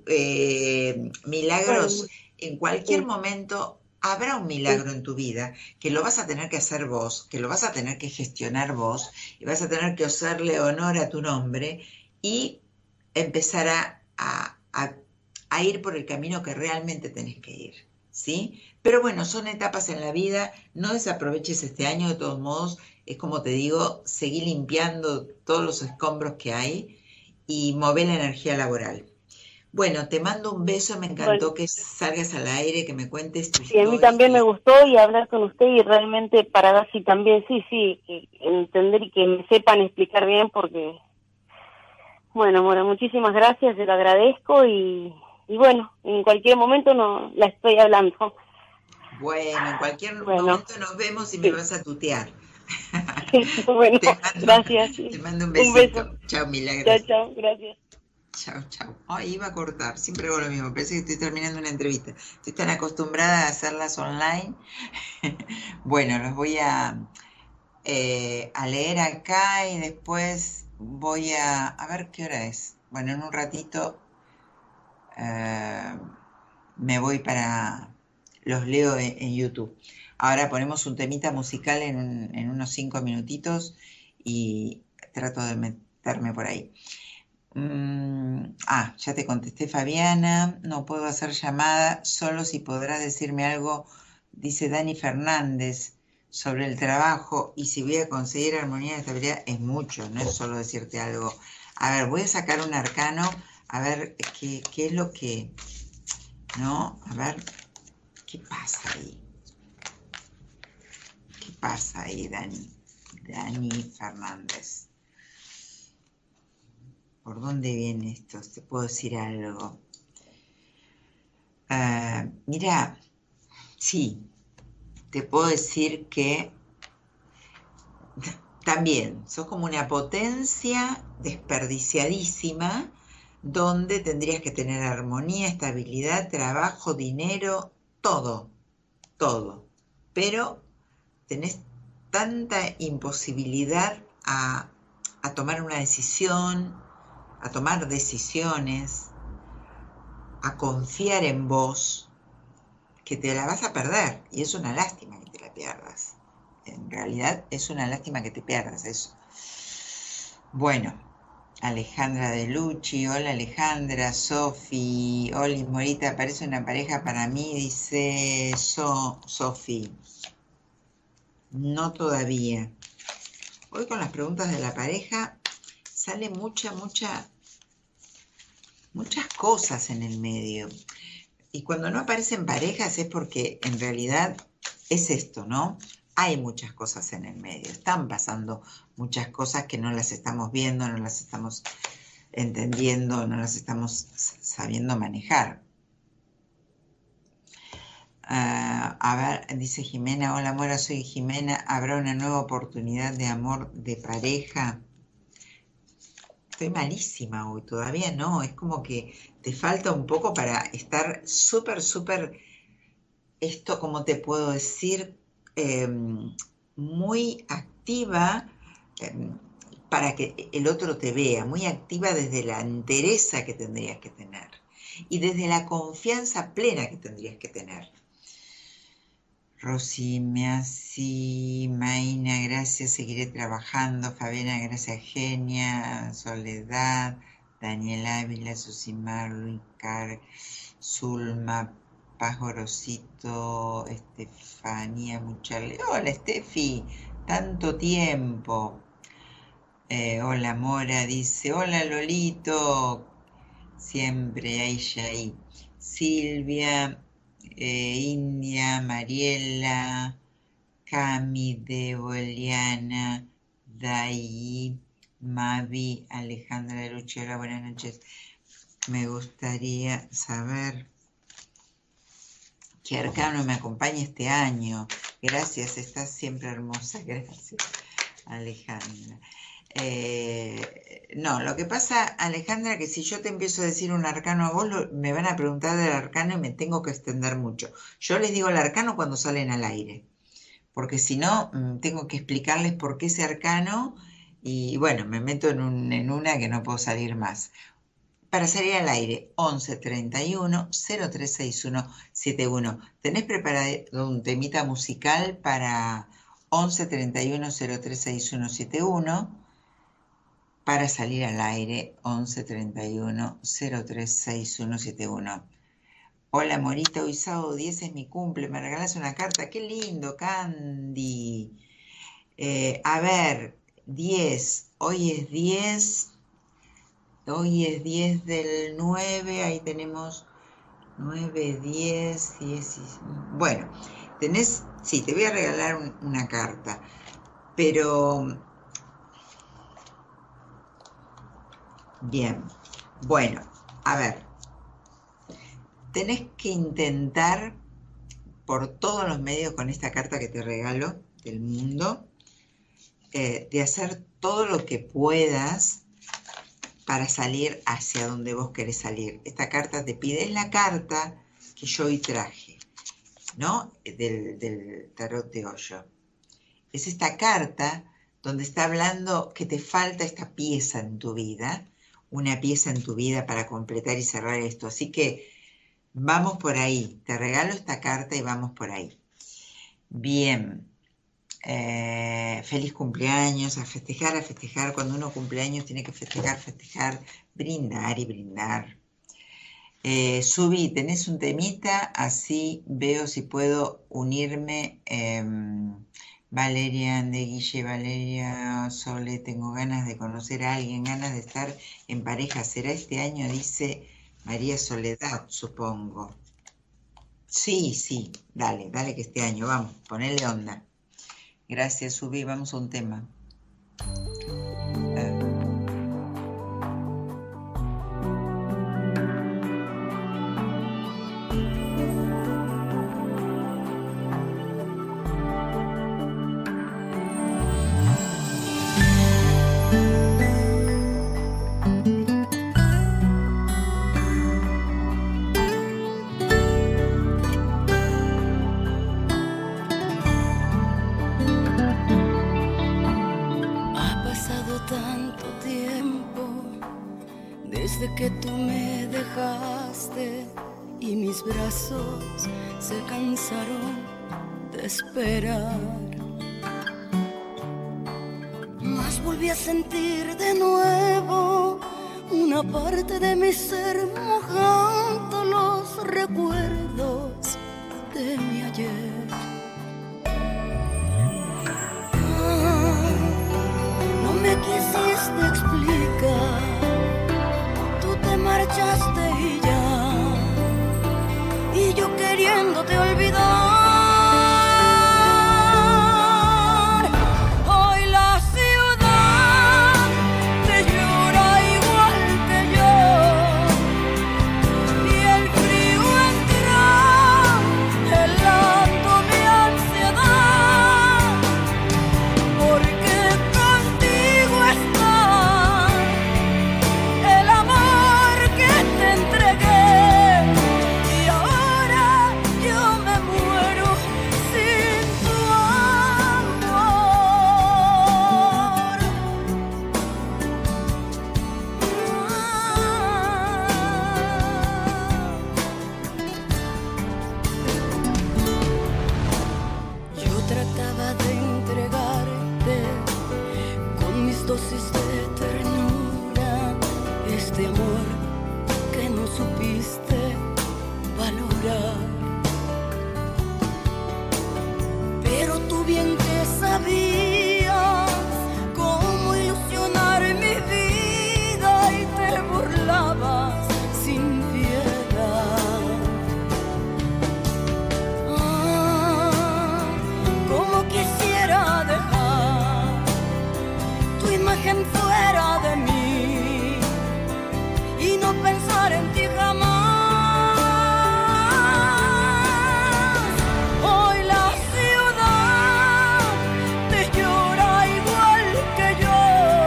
[SPEAKER 4] milagros, en cualquier momento habrá un milagro en tu vida, que lo vas a tener que hacer vos, que lo vas a tener que gestionar vos, y vas a tener que hacerle honor a tu nombre y empezar a ir por el camino que realmente tenés que ir, ¿sí? Pero bueno, son etapas en la vida, no desaproveches este año, de todos modos, es como te digo, seguí limpiando todos los escombros que hay y mover la energía laboral. Bueno, te mando un beso, me encantó que salgas al aire, que me cuentes tu historia.
[SPEAKER 7] Sí, a mí también me gustó y hablar con usted y realmente para ver si también, que entender y que me sepan explicar bien porque, bueno, muchísimas gracias, te lo agradezco y bueno, en cualquier momento la estoy hablando.
[SPEAKER 4] Bueno, en cualquier momento nos vemos y me vas a tutear.
[SPEAKER 7] Bueno, gracias.
[SPEAKER 4] Te mando un besito. Chao, Milagros.
[SPEAKER 7] Chao, gracias.
[SPEAKER 4] Chao. Ay, iba a cortar, siempre hago lo mismo, parece que estoy terminando una entrevista. Estoy tan acostumbrada a hacerlas online. Bueno, los voy a leer acá y después voy a ver qué hora es. Bueno, en un ratito me voy los leo en YouTube. Ahora ponemos un temita musical en unos 5 minutitos y trato de meterme por ahí. Ya te contesté, Fabiana. No puedo hacer llamada, solo si podrás decirme algo, dice Dani Fernández, sobre el trabajo y si voy a conseguir armonía y estabilidad. Es mucho, no es solo decirte algo. A ver, voy a sacar un arcano, a ver qué es lo que... ¿No? A ver, ¿qué pasa ahí? ¿Qué pasa ahí, Dani Fernández? ¿Por dónde viene esto? ¿Te puedo decir algo? Mira, sí, te puedo decir que también sos como una potencia desperdiciadísima donde tendrías que tener armonía, estabilidad, trabajo, dinero, todo, pero tenés tanta imposibilidad a tomar una decisión, a tomar decisiones, a confiar en vos, que te la vas a perder, y es una lástima que te la pierdas. En realidad es una lástima que te pierdas eso. Bueno, Alejandra de Lucci, hola Alejandra, Sofi, Oli Morita, parece una pareja para mí, dice Sofi. No todavía. Hoy con las preguntas de la pareja sale muchas cosas en el medio. Y cuando no aparecen parejas es porque en realidad es esto, ¿no? Hay muchas cosas en el medio. Están pasando muchas cosas que no las estamos viendo, no las estamos entendiendo, no las estamos sabiendo manejar. A ver, dice Jimena, hola Mora, soy Jimena, ¿habrá una nueva oportunidad de amor de pareja? Estoy malísima hoy, todavía no, es como que te falta un poco para estar súper, esto, ¿cómo te puedo decir? Muy activa para que el otro te vea, muy activa desde la entereza que tendrías que tener y desde la confianza plena que tendrías que tener. Rosy, Measi, Maina, gracias, seguiré trabajando. Fabiana, gracias, Genia, Soledad, Daniel Ávila, Susimar, Luicar, Zulma, Pajorosito, Estefanía, Muchale. Hola, Estefi, tanto tiempo. Hola, Mora, dice, hola, Lolito, siempre ahí. Silvia, India, Mariela, Cami, Debo, Eliana, Dayi, Mavi, Alejandra Luchiola, buenas noches. Me gustaría saber qué arcano me acompaña este año. Gracias, estás siempre hermosa, gracias, Alejandra. No, lo que pasa, Alejandra, que si yo te empiezo a decir un arcano a vos, me van a preguntar del arcano y me tengo que extender mucho. Yo les digo el arcano cuando salen al aire, porque si no, tengo que explicarles por qué ese arcano y bueno, me meto en una que no puedo salir más. Para salir al aire, 11 31 0361 71. ¿Tenés preparado un temita musical para 11 31 0361 71? Para salir al aire, 11 31 0361 71. Hola, Morita, hoy sábado 10 es mi cumple, ¿me regalas una carta? ¡Qué lindo, Candy! A ver, 10, hoy es 10 del 9, ahí tenemos 9, 10, 10, bueno, tenés, sí, te voy a regalar una carta, pero... Bien, bueno, a ver, tenés que intentar por todos los medios con esta carta que te regalo del mundo, de hacer todo lo que puedas para salir hacia donde vos querés salir. Esta carta te pide, es la carta que yo hoy traje, ¿no? Del tarot de Osho. Es esta carta donde está hablando que te falta esta pieza en tu vida, una pieza en tu vida para completar y cerrar esto. Así que vamos por ahí. Te regalo esta carta y vamos por ahí. Bien. Feliz cumpleaños, a festejar. Cuando uno cumpleaños tiene que festejar, brindar y brindar. Subi, ¿tenés un temita? Así veo si puedo unirme. Valeria de Guille, Valeria Sole, tengo ganas de conocer a alguien, ganas de estar en pareja. ¿Será este año? Dice María Soledad, supongo. Sí, dale que este año, vamos, ponele onda. Gracias, Subi, vamos a un tema.
[SPEAKER 8] Que tú me dejaste y mis brazos se cansaron de esperar. Mas volví a sentir de nuevo una parte de mi ser mojando los recuerdos de mi ayer. No me quisiste explicar, marchaste y ya, y yo queriéndote olvidar. Hoy la ciudad te llora igual dosis de ternura, este amor que no supiste valorar. Pero tú bien que sabías cómo ilusionar mi vida y te burlabas sin piedad. Como quisiera dejar tu imagen fuera de mí y no pensar en ti jamás. Hoy la ciudad te llora igual que yo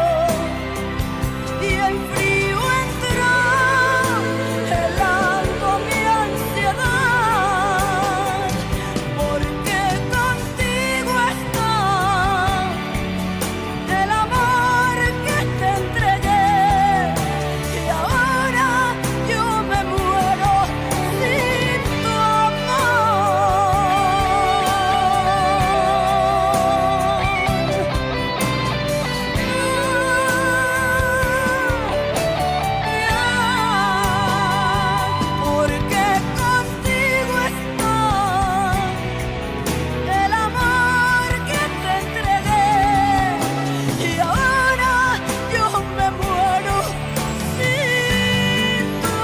[SPEAKER 8] y el frío entra helando mi ansiedad, porque contigo está el amor que te entregué y ahora yo me muero sin tu porque contigo está el amor que te entregué y ahora yo me muero sin tu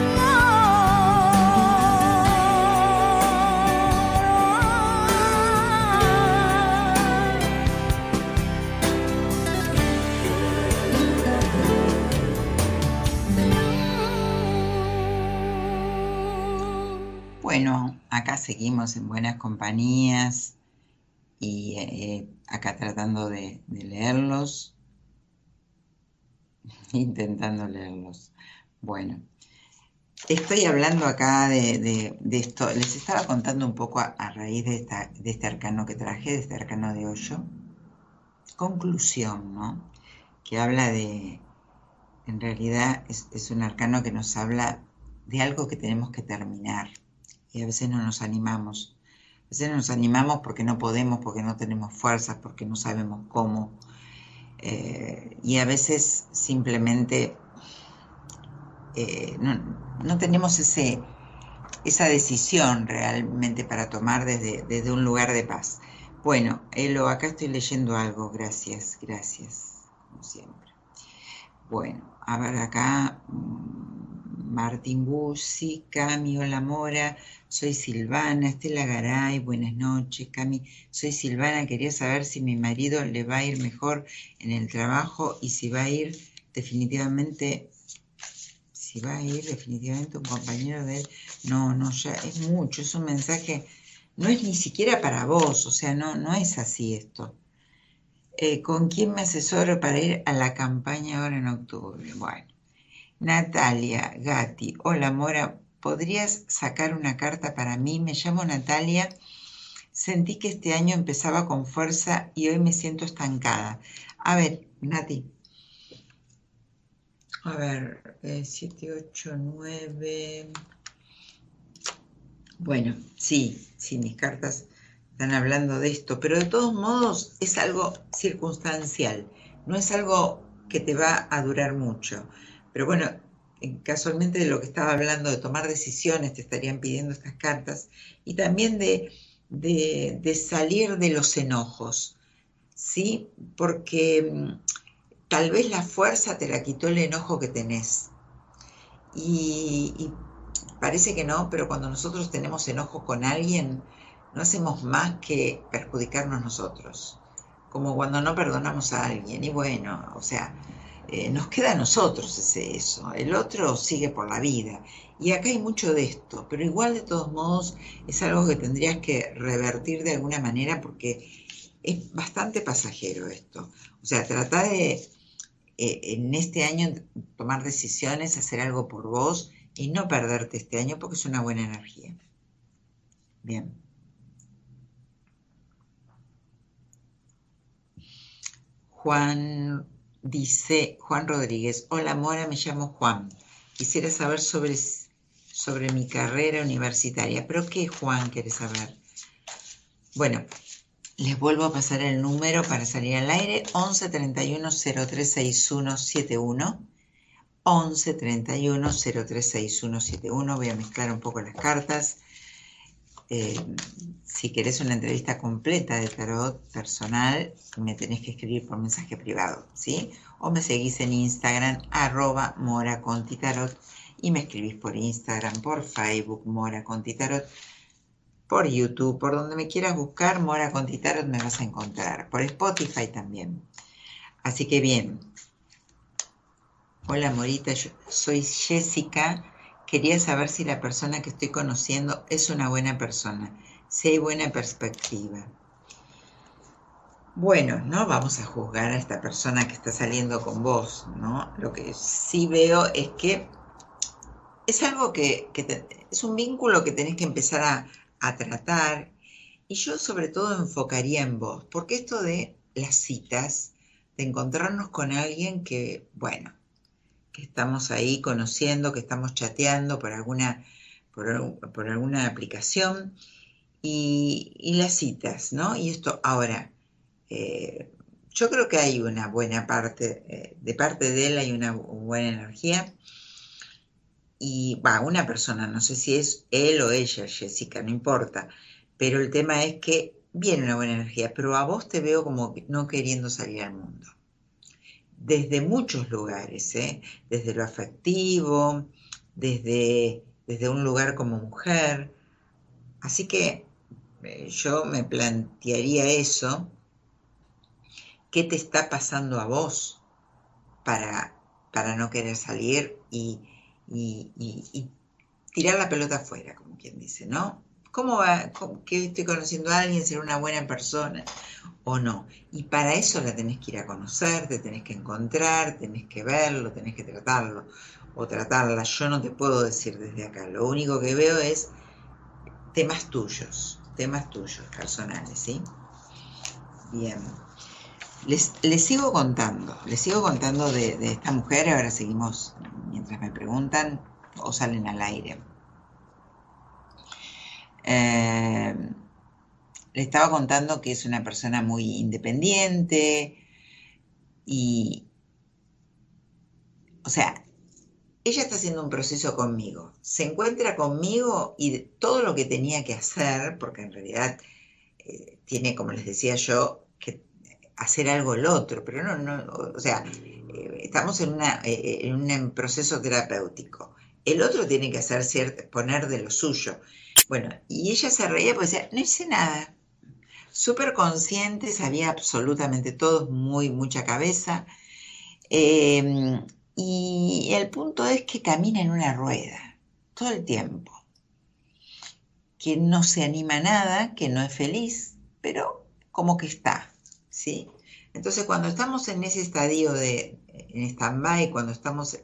[SPEAKER 4] Bueno, acá seguimos en buenas compañías y acá tratando de leerlos, intentando leerlos. Bueno, estoy hablando acá de esto, les estaba contando un poco a raíz de este arcano que traje, de este arcano de hoyo. Conclusión, ¿no? Que habla de, en realidad es un arcano que nos habla de algo que tenemos que terminar. Y a veces no nos animamos. A veces no nos animamos porque no podemos, porque no tenemos fuerzas, porque no sabemos cómo. Y a veces simplemente no tenemos esa decisión realmente para tomar desde un lugar de paz. Bueno, Elo, acá estoy leyendo algo. Gracias, como siempre. Bueno, a ver acá... Martín Bussi, Cami, hola Mora, soy Silvana, Estela Garay, buenas noches, Cami, soy Silvana, quería saber si mi marido le va a ir mejor en el trabajo y si va a ir definitivamente un compañero de él. No, ya es mucho, es un mensaje, no es ni siquiera para vos, o sea, no es así esto. ¿Con quién me asesoro para ir a la campaña ahora en octubre? Bueno. Natalia Gatti, hola Mora, ¿podrías sacar una carta para mí? Me llamo Natalia, sentí que este año empezaba con fuerza y hoy me siento estancada. A ver, Nati, a ver, 7, 8, 9... Bueno, sí, mis cartas están hablando de esto, pero de todos modos es algo circunstancial, no es algo que te va a durar mucho. Pero bueno, casualmente de lo que estaba hablando, de tomar decisiones, te estarían pidiendo estas cartas, y también de salir de los enojos, ¿sí? Porque tal vez la fuerza te la quitó el enojo que tenés. Y parece que no, pero cuando nosotros tenemos enojo con alguien, no hacemos más que perjudicarnos nosotros. Como cuando no perdonamos a alguien. Y bueno, o sea... nos queda a nosotros eso, el otro sigue por la vida y acá hay mucho de esto, pero igual de todos modos es algo que tendrías que revertir de alguna manera porque es bastante pasajero esto, o sea, trata de en este año tomar decisiones, hacer algo por vos y no perderte este año porque es una buena energía. Bien. Juan Rodríguez, hola Mora, me llamo Juan. Quisiera saber sobre mi carrera universitaria. ¿Pero qué, Juan, querés saber? Bueno, Les vuelvo a pasar el número para salir al aire, 11 31 03 61 71. 11 31 03 61 71. Voy a mezclar un poco las cartas. Si querés una entrevista completa de tarot personal, me tenés que escribir por mensaje privado, ¿sí? O me seguís en Instagram, @MoraContiTarot, y me escribís por Instagram, por Facebook, Mora Contitarot, por YouTube, por donde me quieras buscar, Mora Contitarot me vas a encontrar, por Spotify también. Así que bien. Hola Morita, yo soy Jessica. Quería saber si la persona que estoy conociendo es una buena persona, si hay buena perspectiva. Bueno, no vamos a juzgar a esta persona que está saliendo con vos, ¿no? Lo que sí veo es que es algo es un vínculo que tenés que empezar a tratar, y yo sobre todo enfocaría en vos, porque esto de las citas, de encontrarnos con alguien que, bueno, que estamos ahí conociendo, que estamos chateando por alguna aplicación, y las citas, ¿no? Y esto, ahora, yo creo que hay una buena parte, de parte de él hay una buena energía, y una persona, no sé si es él o ella, Jessica, no importa, pero el tema es que viene una buena energía, pero a vos te veo como no queriendo salir al mundo. Desde muchos lugares, desde lo afectivo, desde un lugar como mujer. Así que yo me plantearía eso. ¿Qué te está pasando a vos para no querer salir y tirar la pelota afuera, como quien dice, ¿no? ¿Cómo va? ¿Que estoy conociendo a alguien, ser una buena persona o no? Y para eso la tenés que ir a conocer, te tenés que encontrar, tenés que verlo, tenés que tratarlo o tratarla. Yo no te puedo decir desde acá. Lo único que veo es temas tuyos personales, ¿sí? Bien. Les sigo contando de esta mujer. Ahora seguimos mientras me preguntan o salen al aire. Le estaba contando que es una persona muy independiente y, o sea, ella está haciendo un proceso conmigo, se encuentra conmigo y todo lo que tenía que hacer, porque en realidad tiene, como les decía yo, que hacer algo el otro, pero no, o sea, estamos en un proceso terapéutico. El otro tiene que hacer poner de lo suyo. Bueno, y ella se reía porque decía, no hice nada. Súper consciente, sabía absolutamente todo, mucha cabeza. Y el punto es que camina en una rueda todo el tiempo. Que no se anima a nada, que no es feliz, pero como que está, ¿sí? Entonces, cuando estamos en ese estadio en stand-by, cuando estamos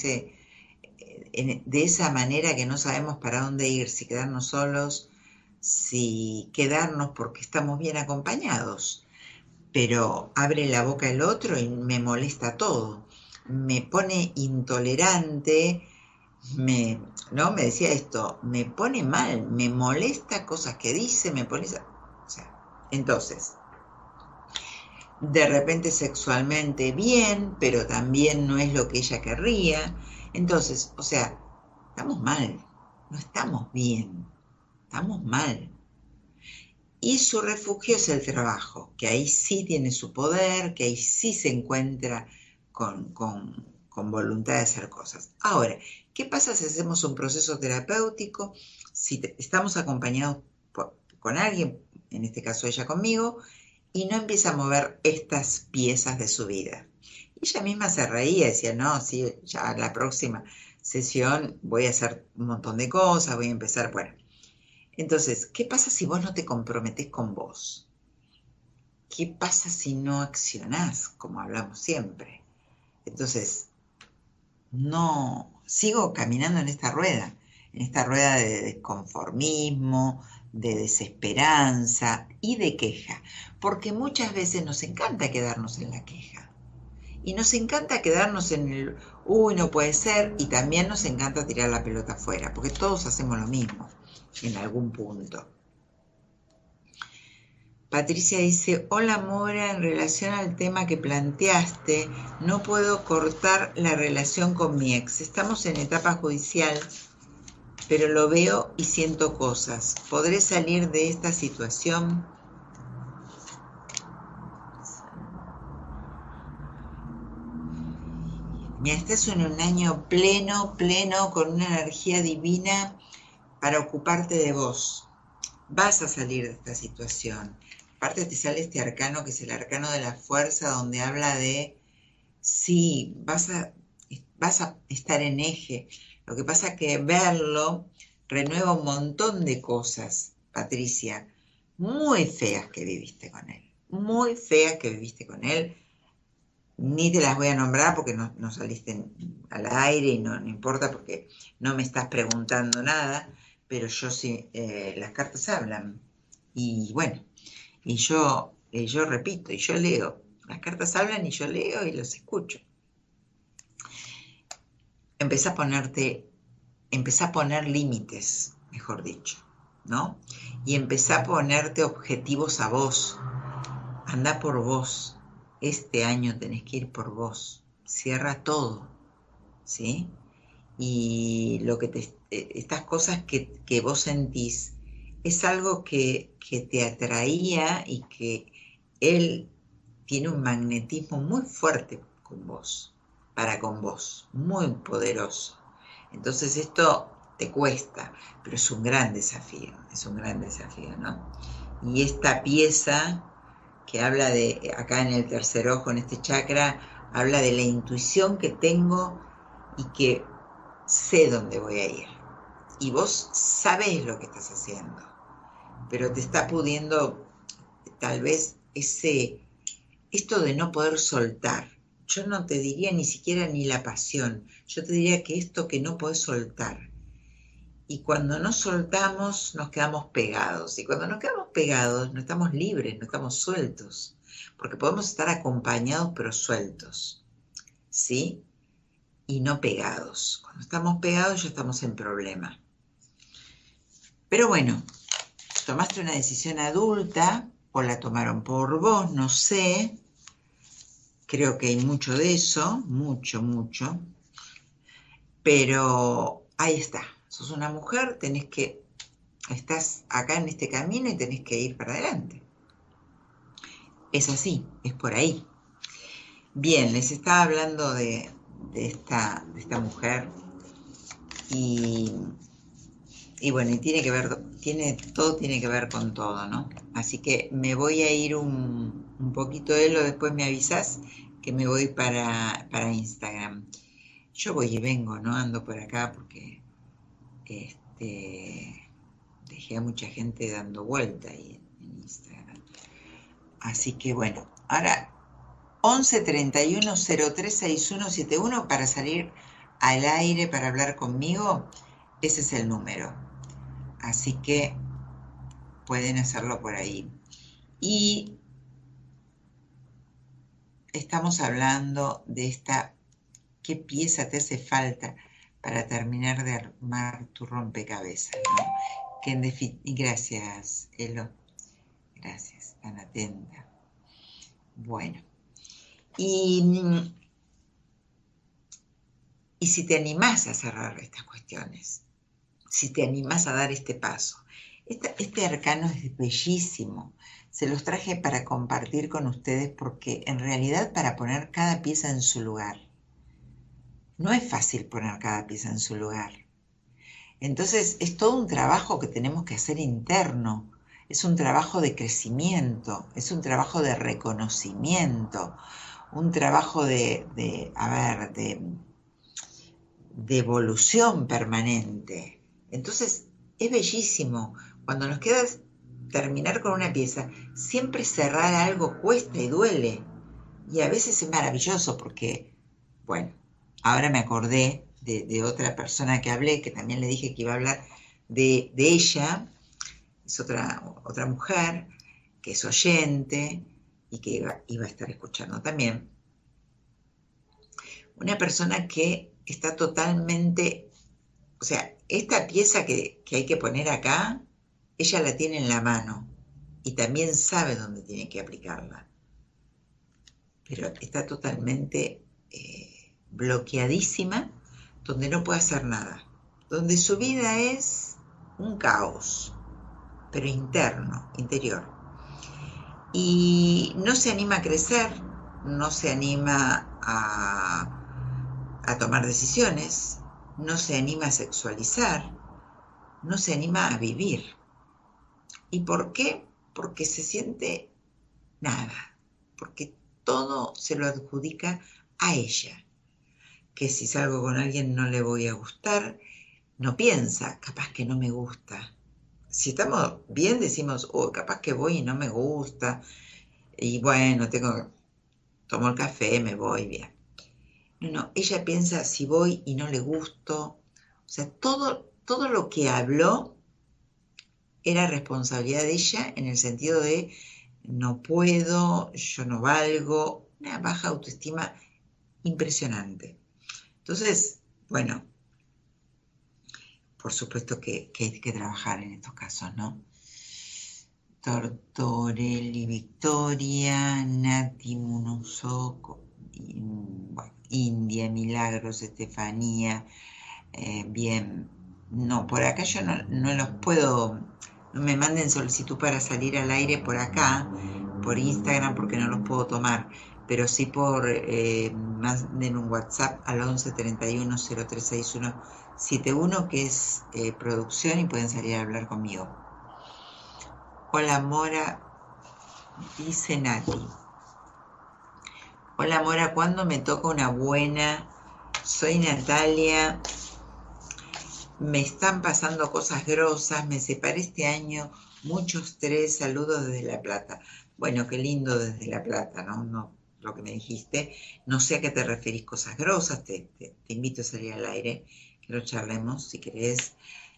[SPEAKER 4] de esa manera que no sabemos para dónde ir, si quedarnos solos, si quedarnos porque estamos bien acompañados, pero abre la boca el otro y me molesta todo, me pone intolerante, me decía esto, me pone mal, me molesta cosas que dice, o sea, entonces, de repente sexualmente bien, pero también no es lo que ella querría. Entonces, o sea, estamos mal, no estamos bien, estamos mal. Y su refugio es el trabajo, que ahí sí tiene su poder, que ahí sí se encuentra con voluntad de hacer cosas. Ahora, ¿qué pasa si hacemos un proceso terapéutico? Si estamos acompañados con alguien, en este caso ella conmigo, y no empieza a mover estas piezas de su vida. Ella misma se reía, decía, no, sí, ya la próxima sesión voy a hacer un montón de cosas, voy a empezar, bueno. Entonces, ¿qué pasa si vos no te comprometés con vos? ¿Qué pasa si no accionás, como hablamos siempre? Entonces, no, sigo caminando en esta rueda de desconformismo, de desesperanza y de queja, porque muchas veces nos encanta quedarnos en la queja. Y nos encanta quedarnos en el, no puede ser, y también nos encanta tirar la pelota afuera, porque todos hacemos lo mismo en algún punto. Patricia dice, hola Mora, en relación al tema que planteaste, no puedo cortar la relación con mi ex. Estamos en etapa judicial, pero lo veo y siento cosas. ¿Podré salir de esta situación? Mira, estás en un año pleno, con una energía divina para ocuparte de vos. Vas a salir de esta situación. Aparte te sale este arcano, que es el arcano de la fuerza, donde habla de, sí, vas a estar en eje. Lo que pasa es que verlo renueva un montón de cosas, Patricia, muy feas que viviste con él. Muy feas que viviste con él. Ni te las voy a nombrar porque no saliste al aire y no importa porque no me estás preguntando nada, pero yo sí, las cartas hablan. Y bueno, y yo repito, y yo leo. Las cartas hablan y yo leo y los escucho. Empezá a poner límites, mejor dicho, ¿no? Y empezá a ponerte objetivos a vos. Andá por vos. Este año tenés que ir por vos. Cierra todo, ¿sí? Y estas cosas que vos sentís es algo que te atraía y que él tiene un magnetismo muy fuerte con vos, con vos, muy poderoso. Entonces esto te cuesta, pero es un gran desafío, ¿no? Y esta pieza que habla de, acá en el tercer ojo, en este chakra, habla de la intuición que tengo y que sé dónde voy a ir. Y vos sabés lo que estás haciendo, pero te está pudiendo tal vez esto de no poder soltar. Yo no te diría ni siquiera ni la pasión, yo te diría que esto que no podés soltar. Y cuando no soltamos, nos quedamos pegados. Y cuando nos quedamos pegados, no estamos libres, no estamos sueltos. Porque podemos estar acompañados, pero sueltos. ¿Sí? Y no pegados. Cuando estamos pegados, ya estamos en problema. Pero bueno, tomaste una decisión adulta, o la tomaron por vos, no sé. Creo que hay mucho de eso, mucho. Pero ahí está. Sos una mujer, estás acá en este camino y tenés que ir para adelante. Es así, es por ahí. Bien, les estaba hablando de esta mujer y bueno, y todo tiene que ver con todo, ¿no? Así que me voy a ir un poquito de lo, después me avisás que me voy para Instagram. Yo voy y vengo, ¿no? Ando por acá porque dejé a mucha gente dando vuelta ahí en Instagram. Así que bueno, ahora 11 31 03 6171 para salir al aire, para hablar conmigo, ese es el número. Así que pueden hacerlo por ahí. Y estamos hablando de ¿qué pieza te hace falta para terminar de armar tu rompecabezas, ¿no? Gracias, Elo. Gracias, tan atenta. Bueno. Y si te animás a cerrar estas cuestiones, si te animás a dar este paso, este arcano es bellísimo. Se los traje para compartir con ustedes porque en realidad para poner cada pieza en su lugar. No es fácil poner cada pieza en su lugar. Entonces es todo un trabajo que tenemos que hacer interno. Es un trabajo de crecimiento, es un trabajo de reconocimiento, un trabajo de evolución permanente. Entonces es bellísimo. Cuando nos queda terminar con una pieza, siempre cerrar algo cuesta y duele. Y a veces es maravilloso porque, bueno, ahora me acordé de otra persona que hablé, que también le dije que iba a hablar de ella. Es otra mujer que es oyente y que iba a estar escuchando también. Una persona que está totalmente, esta pieza que hay que poner acá, ella la tiene en la mano, y también sabe dónde tiene que aplicarla, pero está totalmente bloqueadísima, donde no puede hacer nada, donde su vida es un caos, pero interno, interior. Y no se anima a crecer, no se anima a tomar decisiones, no se anima a sexualizar, no se anima a vivir. ¿Y por qué? Porque se siente nada, porque todo se lo adjudica a ella. Que si salgo con alguien no le voy a gustar, no piensa, capaz que no me gusta. Si estamos bien decimos, capaz que voy y no me gusta, y bueno, tomo el café, me voy bien. No, ella piensa, si voy y no le gusto, o sea, todo lo que habló era responsabilidad de ella en el sentido de no puedo, yo no valgo, una baja autoestima impresionante. Entonces, bueno, por supuesto que hay que trabajar en estos casos, ¿no? Tortorelli, Victoria, Nati Munozoco, India, Milagros, Estefanía, bien. No, por acá yo no los puedo, no me manden solicitud para salir al aire por acá, por Instagram, porque no los puedo tomar. Pero sí manden un WhatsApp al 11 31 0361 71, que es producción, y pueden salir a hablar conmigo. Hola Mora, dice Nati. Hola Mora, ¿cuándo me toca una buena? Soy Natalia, me están pasando cosas grosas, me separé este año, mucho estrés, saludos desde La Plata. Bueno, qué lindo desde La Plata, ¿no? Lo que me dijiste, no sé a qué te referís, cosas grosas, te invito a salir al aire, que lo charlemos si querés.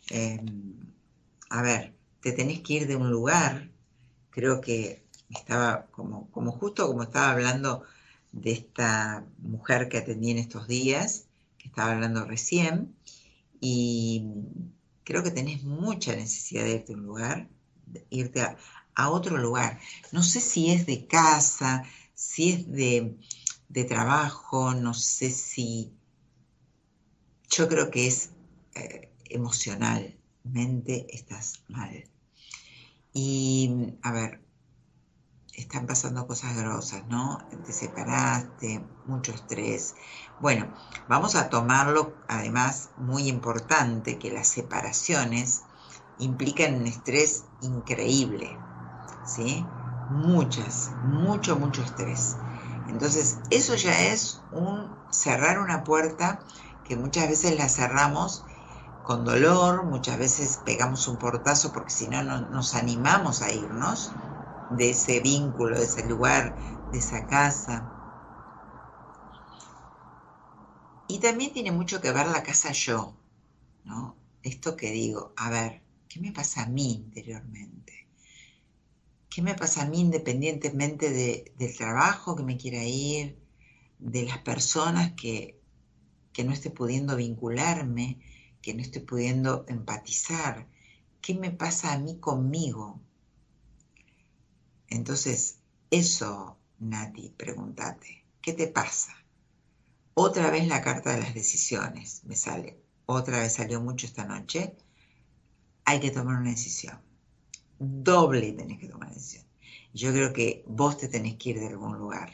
[SPEAKER 4] A ver, te tenés que ir de un lugar, creo que estaba como justo como estaba hablando de esta mujer que atendí en estos días, que estaba hablando recién, y creo que tenés mucha necesidad de irte a un lugar, de irte a otro lugar. No sé si es de casa, si es de trabajo, no sé si... Yo creo que es emocionalmente estás mal. Y, a ver, están pasando cosas grosas, ¿no? Te separaste, mucho estrés. Bueno, vamos a tomarlo, además, muy importante, que las separaciones implican un estrés increíble, ¿sí? Mucho estrés. Entonces, eso ya es cerrar una puerta que muchas veces la cerramos con dolor, muchas veces pegamos un portazo porque si no nos animamos a irnos de ese vínculo, de ese lugar, de esa casa. Y también tiene mucho que ver la casa yo, ¿no? Esto que digo, a ver, ¿qué me pasa a mí interiormente? ¿Qué me pasa a mí independientemente del trabajo que me quiera ir, de las personas que no esté pudiendo vincularme, que no esté pudiendo empatizar? ¿Qué me pasa a mí conmigo? Entonces, eso, Nati, pregúntate, ¿qué te pasa? Otra vez la carta de las decisiones me sale, otra vez salió mucho esta noche. Hay que tomar una decisión. Doble tenés que tomar una decisión. Yo creo que vos te tenés que ir de algún lugar.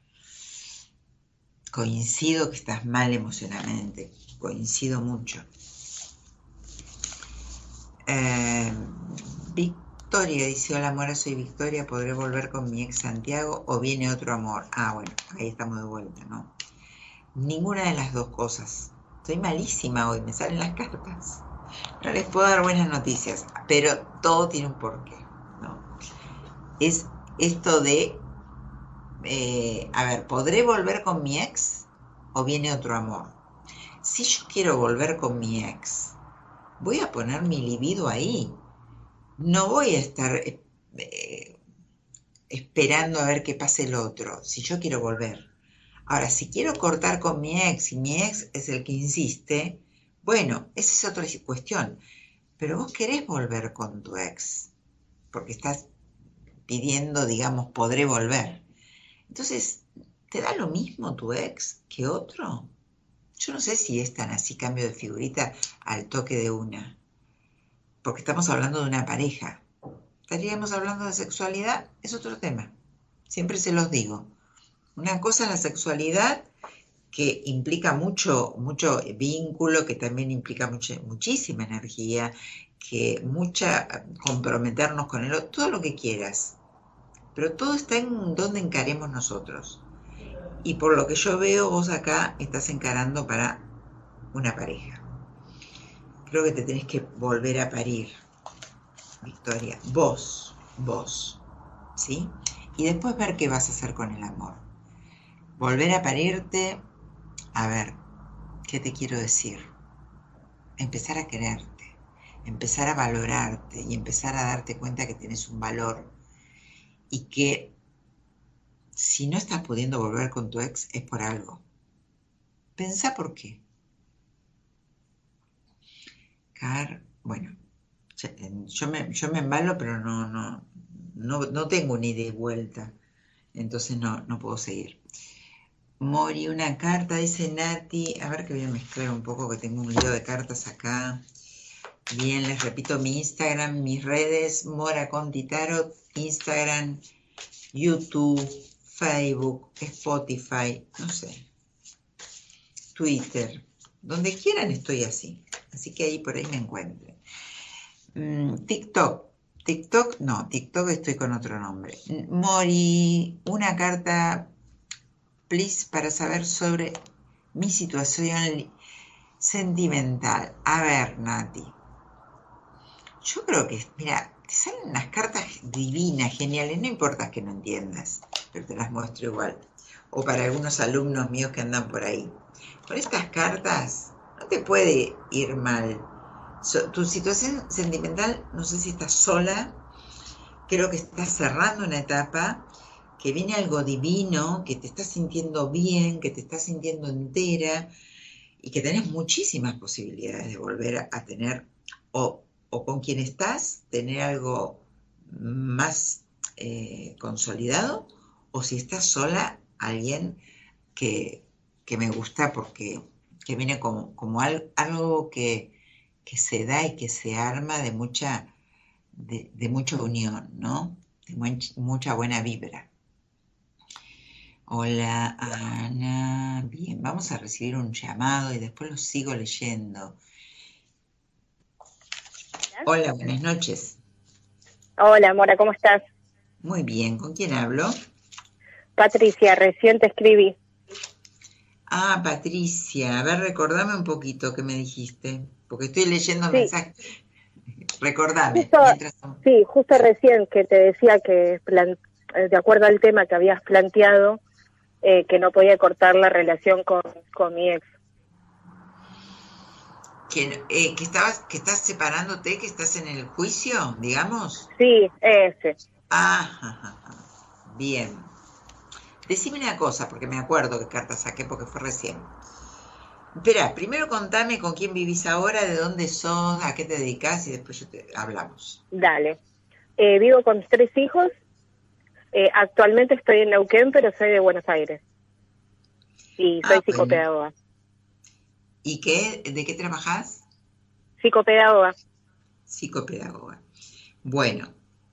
[SPEAKER 4] Coincido que estás mal emocionalmente, coincido mucho. Victoria dice, hola Mora, soy Victoria, ¿podré volver con mi ex Santiago o viene otro amor? Ah, bueno, ahí estamos de vuelta, ¿no? Ninguna de las dos cosas. Estoy malísima hoy, me salen las cartas. No les puedo dar buenas noticias, pero todo tiene un porqué, ¿no? Es esto de, a ver, ¿podré volver con mi ex o viene otro amor? Si yo quiero volver con mi ex, voy a poner mi libido ahí. No voy a estar esperando a ver qué pase el otro, si yo quiero volver. Ahora, si quiero cortar con mi ex y mi ex es el que insiste, bueno, esa es otra cuestión. Pero vos querés volver con tu ex, porque estás pidiendo, digamos, podré volver. Entonces, ¿te da lo mismo tu ex que otro? Yo no sé si es tan así cambio de figurita al toque de una, porque estamos hablando de una pareja. Estaríamos hablando de sexualidad, es otro tema. Siempre se los digo. Una cosa es la sexualidad, que implica mucho vínculo, que también implica muchísima energía, que comprometernos con el otro, todo lo que quieras. Pero todo está en donde encaremos nosotros. Y por lo que yo veo, vos acá estás encarando para una pareja. Creo que te tenés que volver a parir, Victoria. Vos, ¿sí? Y después ver qué vas a hacer con el amor. Volver a parirte, a ver, ¿qué te quiero decir? Empezar a quererte, empezar a valorarte y empezar a darte cuenta que tienes un valor y que si no estás pudiendo volver con tu ex es por algo. Pensá por qué. Bueno, yo me embalo, pero no tengo una ida y vuelta, entonces no puedo seguir. Mori, una carta, dice Nati. A ver que voy a mezclar un poco, que tengo un lío de cartas acá. Bien, les repito mi Instagram, mis redes, Mora Conti Tarot, Instagram, YouTube, Facebook, Spotify, no sé, Twitter, donde quieran estoy así. Así que ahí por ahí me encuentren. TikTok estoy con otro nombre. Mori, una carta, please, para saber sobre mi situación sentimental. A ver, Nati. Yo creo que, mira, te salen unas cartas divinas, geniales, no importa que no entiendas, pero te las muestro igual. O para algunos alumnos míos que andan por ahí. Con estas cartas no te puede ir mal. Tu situación sentimental, no sé si estás sola, creo que estás cerrando una etapa, que viene algo divino, que te estás sintiendo bien, que te estás sintiendo entera y que tenés muchísimas posibilidades de volver a tener o con quien estás, tener algo más consolidado, o si estás sola, alguien que me gusta porque que viene como algo que se da y que se arma de mucha unión, ¿no? De mucha buena vibra. Hola, Ana. Bien, vamos a recibir un llamado y después lo sigo leyendo. Hola, buenas noches.
[SPEAKER 9] Hola, Mora, ¿cómo estás?
[SPEAKER 4] Muy bien, ¿con quién hablo?
[SPEAKER 9] Patricia, recién te escribí.
[SPEAKER 4] Ah, Patricia, a ver, recordame un poquito qué me dijiste, porque estoy leyendo mensajes. Recordame.
[SPEAKER 9] Justo recién que te decía que de acuerdo al tema que habías planteado, que no podía cortar la relación con mi ex.
[SPEAKER 4] Que estás separándote, que estás en el juicio, digamos.
[SPEAKER 9] Sí, ese.
[SPEAKER 4] Bien. Decime una cosa, porque me acuerdo qué carta saqué, porque fue recién. Espera, primero contame con quién vivís ahora, de dónde sos, a qué te dedicás y después hablamos.
[SPEAKER 9] Dale. Vivo con 3 hijos. Actualmente estoy en Neuquén, pero soy de Buenos Aires. Y soy psicopedagoga.
[SPEAKER 4] ¿Y de qué trabajás?
[SPEAKER 9] Psicopedagoga.
[SPEAKER 4] Psicopedagoga. Bueno.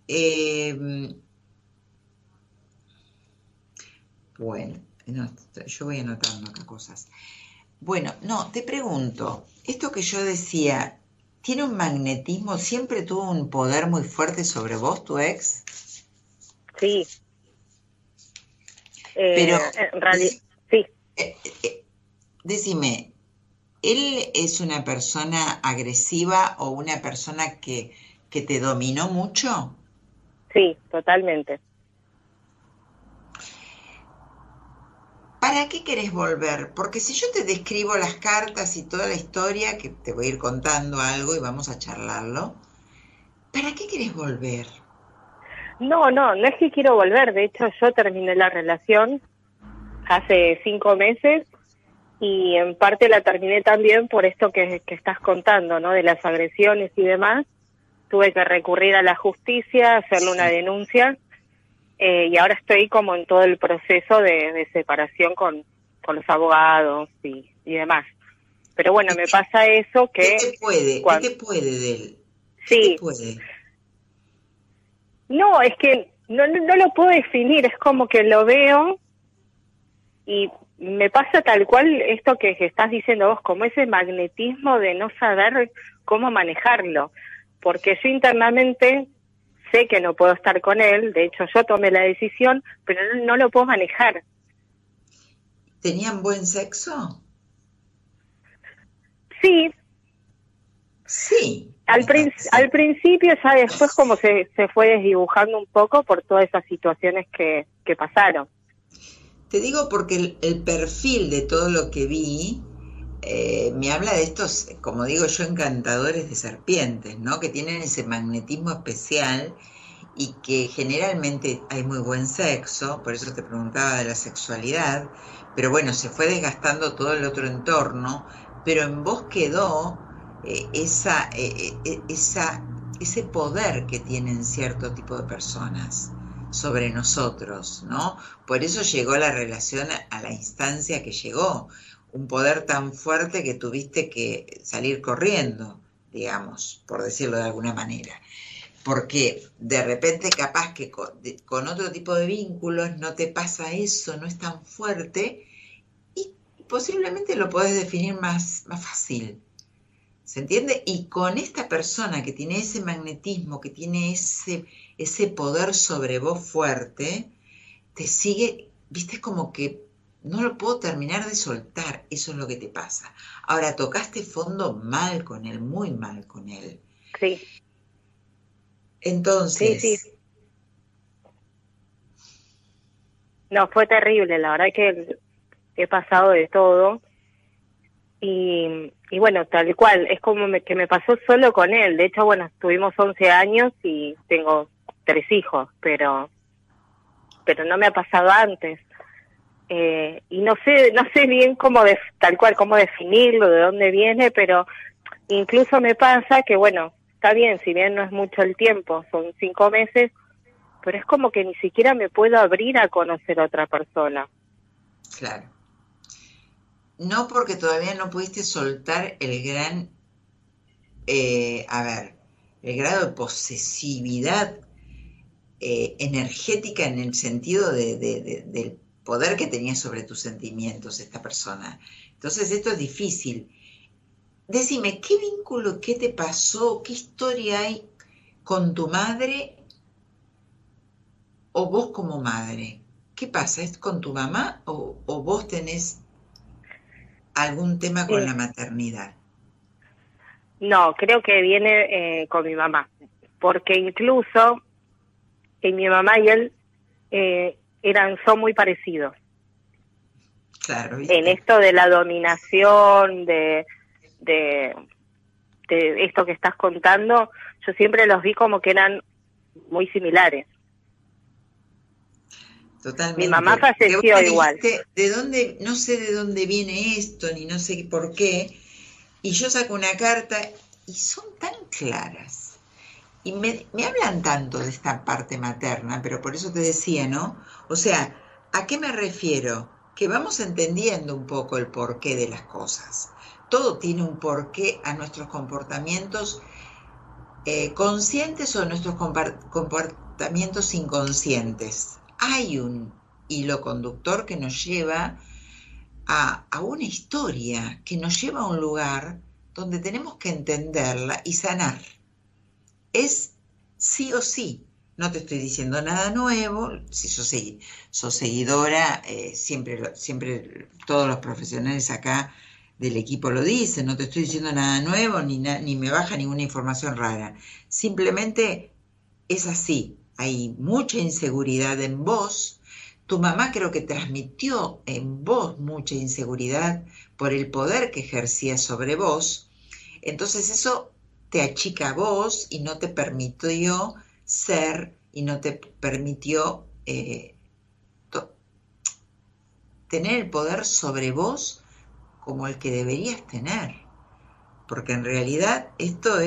[SPEAKER 4] Yo voy anotando acá cosas. Bueno, te pregunto, esto que yo decía, ¿tiene un magnetismo? ¿Siempre tuvo un poder muy fuerte sobre vos, tu ex?
[SPEAKER 9] Sí.
[SPEAKER 4] Pero,
[SPEAKER 9] en realidad, sí.
[SPEAKER 4] Decime, ¿él es una persona agresiva o una persona que te dominó mucho?
[SPEAKER 9] Sí, totalmente.
[SPEAKER 4] ¿Para qué querés volver? Porque si yo te describo las cartas y toda la historia, que te voy a ir contando algo y vamos a charlarlo, ¿para qué querés volver?
[SPEAKER 9] No es que quiero volver. De hecho, yo terminé la relación hace 5 meses y en parte la terminé también por esto que estás contando, ¿no? De las agresiones y demás. Tuve que recurrir a la justicia, hacerle una denuncia y ahora estoy como en todo el proceso de separación con los abogados y demás. Pero bueno, me pasa eso que...
[SPEAKER 4] ¿Qué te puede? ¿Qué te puede de él? ¿Qué
[SPEAKER 9] Sí.
[SPEAKER 4] te puede?
[SPEAKER 9] No, es que no lo puedo definir, es como que lo veo y me pasa tal cual esto que estás diciendo vos, como ese magnetismo de no saber cómo manejarlo, porque yo internamente sé que no puedo estar con él, de hecho yo tomé la decisión, pero no lo puedo manejar.
[SPEAKER 4] ¿Tenían buen sexo?
[SPEAKER 9] Sí.
[SPEAKER 4] Sí.
[SPEAKER 9] Al principio, ya después como se fue desdibujando un poco por todas esas situaciones que pasaron.
[SPEAKER 4] Te digo porque el perfil de todo lo que vi me habla de estos, como digo yo, encantadores de serpientes, ¿no? Que tienen ese magnetismo especial y que generalmente hay muy buen sexo, por eso te preguntaba de la sexualidad, pero bueno, se fue desgastando todo el otro entorno, pero en vos quedó ese poder que tienen cierto tipo de personas sobre nosotros, ¿no? Por eso llegó la relación a la instancia que llegó, un poder tan fuerte que tuviste que salir corriendo, digamos, por decirlo de alguna manera. Porque de repente capaz que con otro tipo de vínculos no te pasa eso, no es tan fuerte y posiblemente lo podés definir más fácil. ¿Se entiende? Y con esta persona que tiene ese magnetismo, que tiene ese poder sobre vos fuerte, te sigue, viste, como que no lo puedo terminar de soltar, eso es lo que te pasa. Ahora, tocaste fondo mal con él, muy mal con él.
[SPEAKER 9] Sí.
[SPEAKER 4] Entonces...
[SPEAKER 9] Sí. No, fue terrible, la verdad que he pasado de todo. Y bueno, tal cual, es como que me pasó solo con él. De hecho, bueno, tuvimos 11 años y tengo 3 hijos, pero no me ha pasado antes. Y no sé bien tal cual cómo definirlo, de dónde viene, pero incluso me pasa que, bueno, está bien, si bien no es mucho el tiempo, son 5 meses, pero es como que ni siquiera me puedo abrir a conocer a otra persona.
[SPEAKER 4] Claro. No, porque todavía no pudiste soltar el gran, el grado de posesividad energética en el sentido del poder que tenía sobre tus sentimientos esta persona. Entonces esto es difícil. Decime, ¿qué vínculo, qué te pasó, qué historia hay con tu madre o vos como madre? ¿Qué pasa? ¿Es con tu mamá o vos tenés algún tema con la maternidad?
[SPEAKER 9] No, creo que viene con mi mamá, porque incluso mi mamá y él son muy parecidos.
[SPEAKER 4] Claro, ¿viste?
[SPEAKER 9] En esto de la dominación, de esto que estás contando, yo siempre los vi como que eran muy similares.
[SPEAKER 4] Totalmente.
[SPEAKER 9] Mi mamá falleció igual.
[SPEAKER 4] ¿De dónde? No sé de dónde viene esto, ni no sé por qué. Y yo saco una carta y son tan claras. Y me hablan tanto de esta parte materna, pero por eso te decía, ¿no? O sea, ¿a qué me refiero? Que vamos entendiendo un poco el porqué de las cosas. Todo tiene un porqué a nuestros comportamientos conscientes o nuestros comportamientos inconscientes. Hay un hilo conductor que nos lleva a una historia, que nos lleva a un lugar donde tenemos que entenderla y sanar. Es sí o sí. No te estoy diciendo nada nuevo. Si sos seguidora, siempre todos los profesionales acá del equipo lo dicen. No te estoy diciendo nada nuevo, ni me baja ninguna información rara. Simplemente es así. Hay mucha inseguridad en vos. Tu mamá creo que transmitió en vos mucha inseguridad por el poder que ejercía sobre vos. Entonces eso te achica a vos y no te permitió ser y no te permitió tener el poder sobre vos como el que deberías tener. Porque en realidad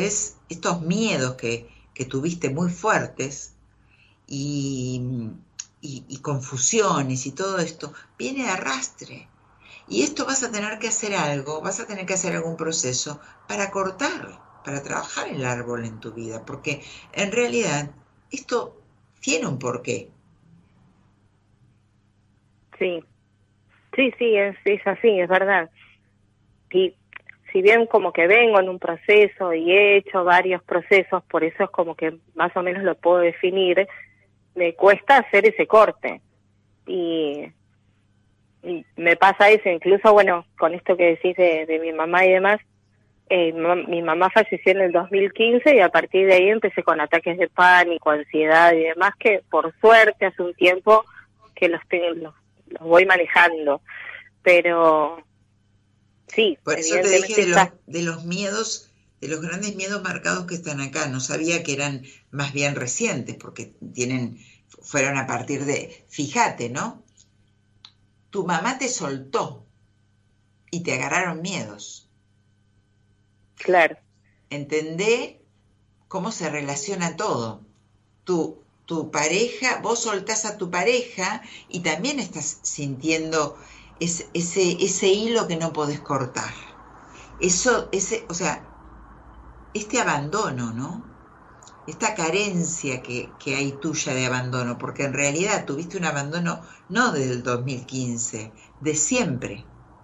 [SPEAKER 4] estos miedos que tuviste muy fuertes y y confusiones y todo esto, viene de arrastre. Y esto vas a tener que hacer algo, vas a tener que hacer algún proceso para cortar, para trabajar el árbol en tu vida, porque en realidad esto tiene un porqué.
[SPEAKER 9] Sí, es así, es verdad. Y si bien como que vengo en un proceso y he hecho varios procesos, por eso es como que más o menos lo puedo definir, me cuesta hacer ese corte. Y me pasa eso, incluso, bueno, con esto que decís de mi mamá y demás, mi mamá falleció en el 2015 y a partir de ahí empecé con ataques de pánico, ansiedad y demás, que por suerte hace un tiempo que los voy manejando, pero sí.
[SPEAKER 4] Por eso te dije de los miedos, de los grandes miedos marcados que están acá. No sabía que eran más bien recientes, porque fueron a partir de, fíjate, ¿no? Tu mamá te soltó y te agarraron miedos.
[SPEAKER 9] Claro.
[SPEAKER 4] Entendé cómo se relaciona todo. Tu pareja, vos soltás a tu pareja y también estás sintiendo ese hilo que no podés cortar. O sea, este abandono, ¿no? Esta carencia que hay tuya de abandono, porque en realidad tuviste un abandono no del 2015, de siempre.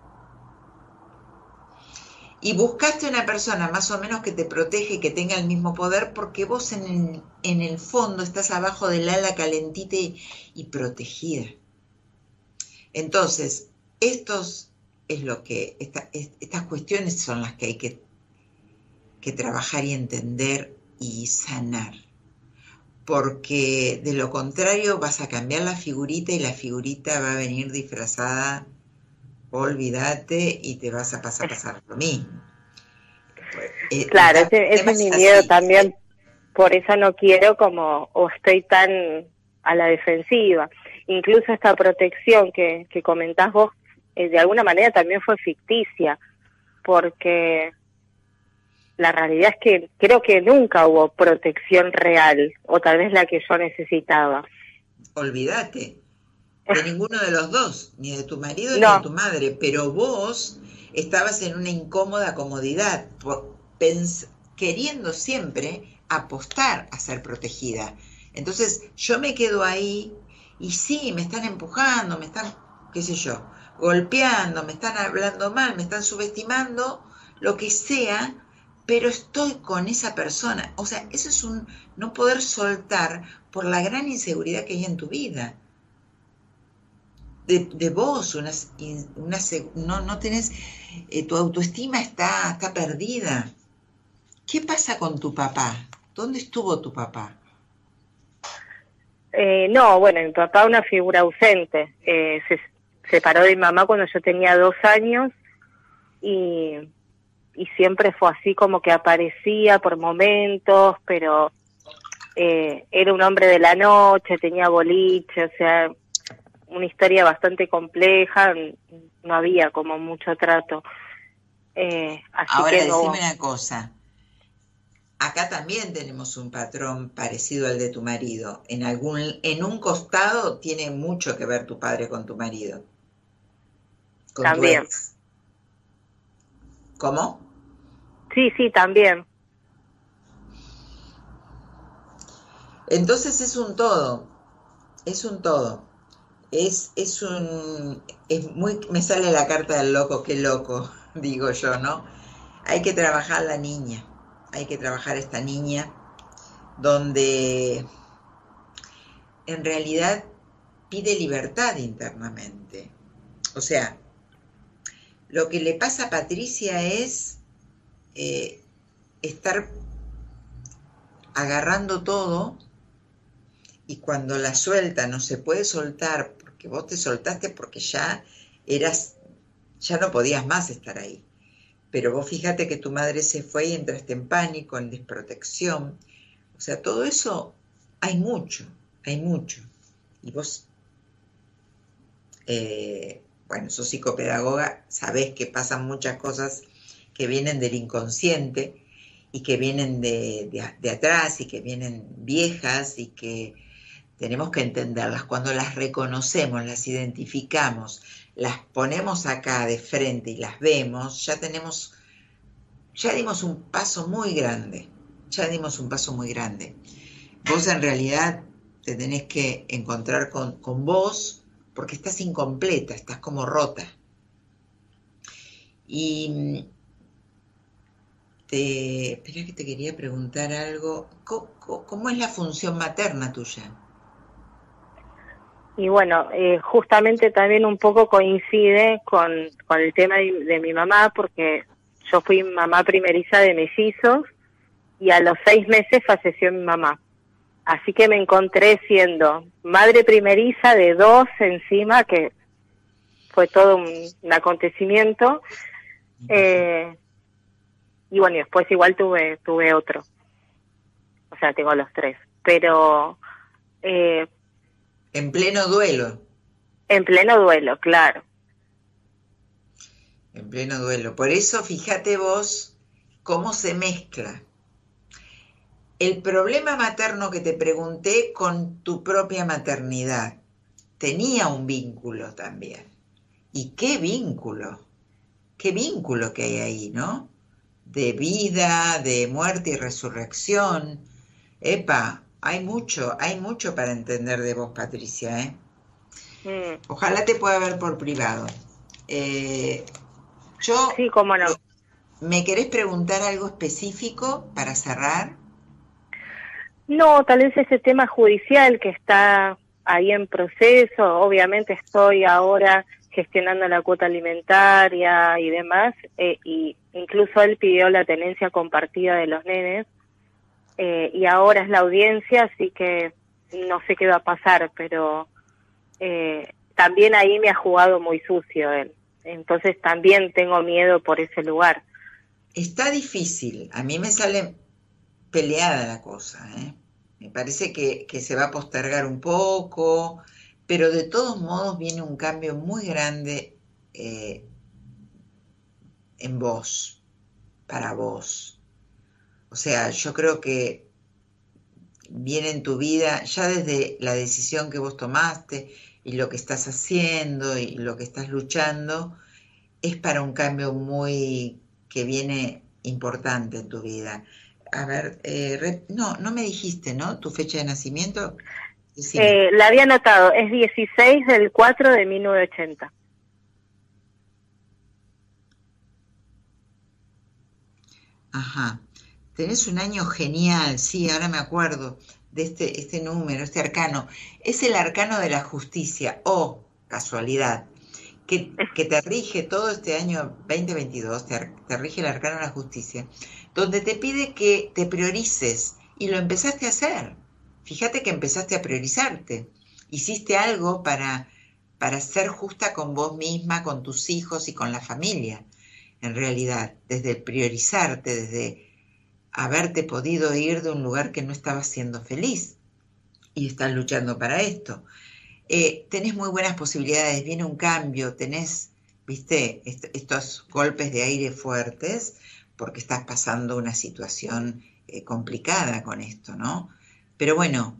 [SPEAKER 4] Y buscaste una persona más o menos que te protege y que tenga el mismo poder, porque vos en el fondo estás abajo del ala calentita y protegida. Entonces, estas cuestiones son las que hay que trabajar y entender y sanar, porque de lo contrario vas a cambiar la figurita y la figurita va a venir disfrazada, olvídate, y te vas a pasar lo mismo.
[SPEAKER 9] Claro, ese es mi miedo también, por eso no quiero o estoy tan a la defensiva. Incluso esta protección que comentás vos, de alguna manera también fue ficticia, porque la realidad es que creo que nunca hubo protección real, o tal vez la que yo necesitaba.
[SPEAKER 4] Olvídate, de ninguno de los dos, ni de tu marido ni de tu madre, pero vos estabas en una incómoda comodidad, queriendo siempre apostar a ser protegida. Entonces yo me quedo ahí y sí, me están empujando, me están, qué sé yo, golpeando, me están hablando mal, me están subestimando, lo que sea, pero estoy con esa persona. O sea, eso es un no poder soltar por la gran inseguridad que hay en tu vida. De vos, no tenés, tu autoestima está perdida. ¿Qué pasa con tu papá? ¿Dónde estuvo tu papá?
[SPEAKER 9] No, bueno, mi papá una figura ausente. Se separó de mi mamá cuando yo tenía 2 años y siempre fue así como que aparecía por momentos, pero era un hombre de la noche, tenía boliche, o sea, una historia bastante compleja, no había como mucho trato. Así
[SPEAKER 4] ahora
[SPEAKER 9] que
[SPEAKER 4] decime una cosa, acá también tenemos un patrón parecido al de tu marido. En un costado tiene mucho que ver tu padre con tu marido. Con
[SPEAKER 9] también.
[SPEAKER 4] ¿Cómo?
[SPEAKER 9] Sí, también.
[SPEAKER 4] Entonces es un todo. Me sale la carta del loco, qué loco, digo yo, ¿no? Hay que trabajar la niña, hay que trabajar esta niña donde en realidad pide libertad internamente. O sea, lo que le pasa a Patricia es estar agarrando todo, y cuando la suelta no se puede soltar, porque vos te soltaste porque ya no podías más estar ahí. Pero vos fíjate que tu madre se fue y entraste en pánico, en desprotección. O sea, todo eso hay mucho. Y vos, bueno, sos psicopedagoga, sabés que pasan muchas cosas que vienen del inconsciente y que vienen de atrás y que vienen viejas y que tenemos que entenderlas. Cuando las reconocemos, las identificamos, las ponemos acá de frente y las vemos, ya dimos un paso muy grande. Vos en realidad te tenés que encontrar con vos porque estás incompleta, estás como rota. Y espera que te quería preguntar algo. ¿Cómo es la función materna tuya?
[SPEAKER 9] Y bueno, justamente también un poco coincide con el tema de mi mamá, porque yo fui mamá primeriza de mellizos y a los 6 meses falleció mi mamá. Así que me encontré siendo madre primeriza de 2 encima, que fue todo un acontecimiento. Y bueno, y después igual tuve otro. O sea, tengo los 3. Pero...
[SPEAKER 4] en pleno duelo.
[SPEAKER 9] En pleno duelo, claro.
[SPEAKER 4] En pleno duelo. Por eso, fíjate vos cómo se mezcla el problema materno que te pregunté con tu propia maternidad. Tenía un vínculo también. ¿Y qué vínculo? Qué vínculo que hay ahí, ¿no? De vida, de muerte y resurrección. Epa, hay mucho para entender de vos, Patricia, ¿eh? Ojalá te pueda ver por privado. Sí,
[SPEAKER 9] cómo no.
[SPEAKER 4] ¿Me querés preguntar algo específico para cerrar?
[SPEAKER 9] No, tal vez ese tema judicial que está ahí en proceso. Obviamente estoy ahora gestionando la cuota alimentaria y demás, y incluso él pidió la tenencia compartida de los nenes, y ahora es la audiencia, así que no sé qué va a pasar, pero también ahí me ha jugado muy sucio él, entonces también tengo miedo por ese lugar.
[SPEAKER 4] Está difícil, a mí me sale peleada la cosa, ¿eh? Me parece que se va a postergar un poco, pero de todos modos viene un cambio muy grande en vos, para vos. O sea, yo creo que viene en tu vida, ya desde la decisión que vos tomaste y lo que estás haciendo y lo que estás luchando, es para un cambio muy que viene importante en tu vida. A ver, no me dijiste, ¿no? ¿Tu fecha de nacimiento?
[SPEAKER 9] La había anotado, es 16/4/1980.
[SPEAKER 4] Ajá. Tenés un año genial, sí, ahora me acuerdo de este número, este arcano. Es el arcano de la justicia, casualidad, que te rige todo este año 2022, te rige el arcano de la justicia, donde te pide que te priorices, y lo empezaste a hacer. Fíjate que empezaste a priorizarte, hiciste algo para ser justa con vos misma, con tus hijos y con la familia, en realidad, desde priorizarte, desde haberte podido ir de un lugar que no estabas siendo feliz, y estás luchando para esto. Tenés muy buenas posibilidades, viene un cambio, tenés, viste, estos golpes de aire fuertes, porque estás pasando una situación complicada con esto, ¿no? Pero bueno,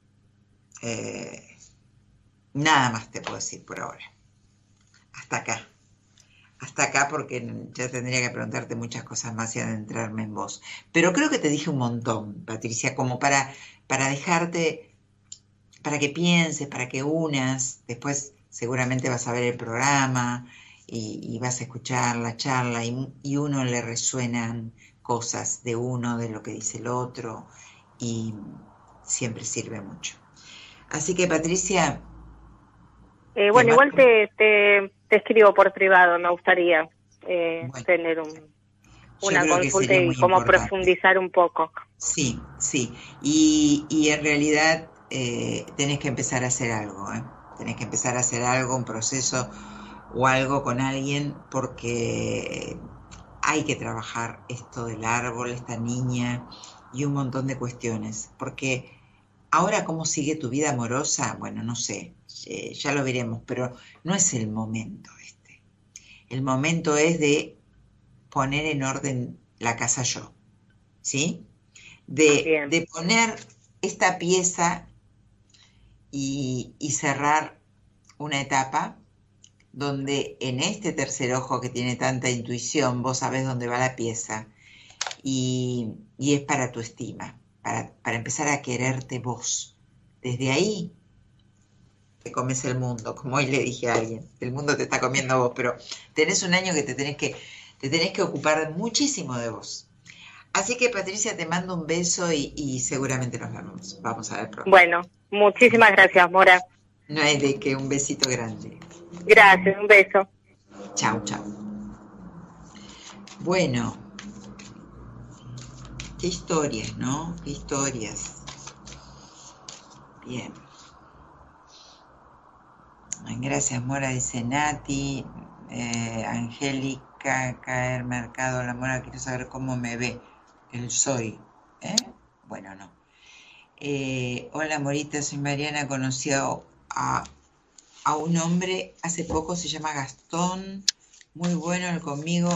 [SPEAKER 4] nada más te puedo decir por ahora. Hasta acá, porque ya tendría que preguntarte muchas cosas más y adentrarme en vos. Pero creo que te dije un montón, Patricia, como para dejarte, para que pienses, para que unas. Después seguramente vas a ver el programa y vas a escuchar la charla, y uno le resuenan cosas de uno, de lo que dice el otro, y siempre sirve mucho. Así que, Patricia...
[SPEAKER 9] bueno, igual te escribo por privado, me gustaría tener una consulta y cómo profundizar un poco.
[SPEAKER 4] Sí, y en realidad tenés que empezar a hacer algo, tenés que empezar a hacer algo, un proceso o algo con alguien, porque hay que trabajar esto del árbol, esta niña y un montón de cuestiones, porque ahora cómo sigue tu vida amorosa, bueno, no sé, ya lo veremos, pero no es el momento este. El momento es de poner en orden la casa yo, ¿sí? De poner esta pieza y cerrar una etapa donde en este tercer ojo que tiene tanta intuición, vos sabés dónde va la pieza y es para tu estima, para empezar a quererte vos. Desde ahí te comes el mundo, como hoy le dije a alguien, el mundo te está comiendo vos, pero tenés un año que te tenés que ocupar muchísimo de vos. Así que Patricia, te mando un beso y seguramente nos vemos. Vamos a ver pronto.
[SPEAKER 9] Bueno, muchísimas gracias, Mora.
[SPEAKER 4] No hay de qué, un besito grande.
[SPEAKER 9] Gracias, un beso.
[SPEAKER 4] Chau, chau. Bueno, qué historias, ¿no? Qué historias. Bien. Gracias, Mora, dice Nati. Angélica, Caer Mercado, la Mora, quiero saber cómo me ve el soy. Bueno, no. Hola, Morita, soy Mariana, conocí a un hombre hace poco, se llama Gastón, muy bueno el conmigo,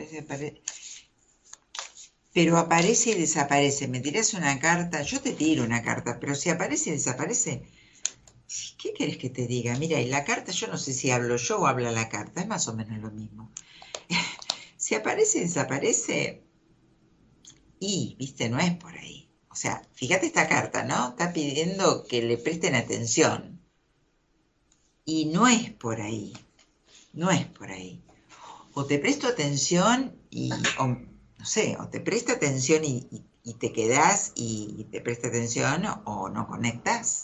[SPEAKER 4] pero aparece y desaparece. ¿Me tirás una carta? Yo te tiro una carta, pero si aparece y desaparece, ¿qué querés que te diga? Mira, y la carta, yo no sé si hablo yo o habla la carta, es más o menos lo mismo. Si aparece y desaparece, viste, no es por ahí. O sea, fíjate esta carta, ¿no? Está pidiendo que le presten atención. Y no es por ahí, no es por ahí. O te presto atención o te presta atención y te quedás y te presta atención o no conectas.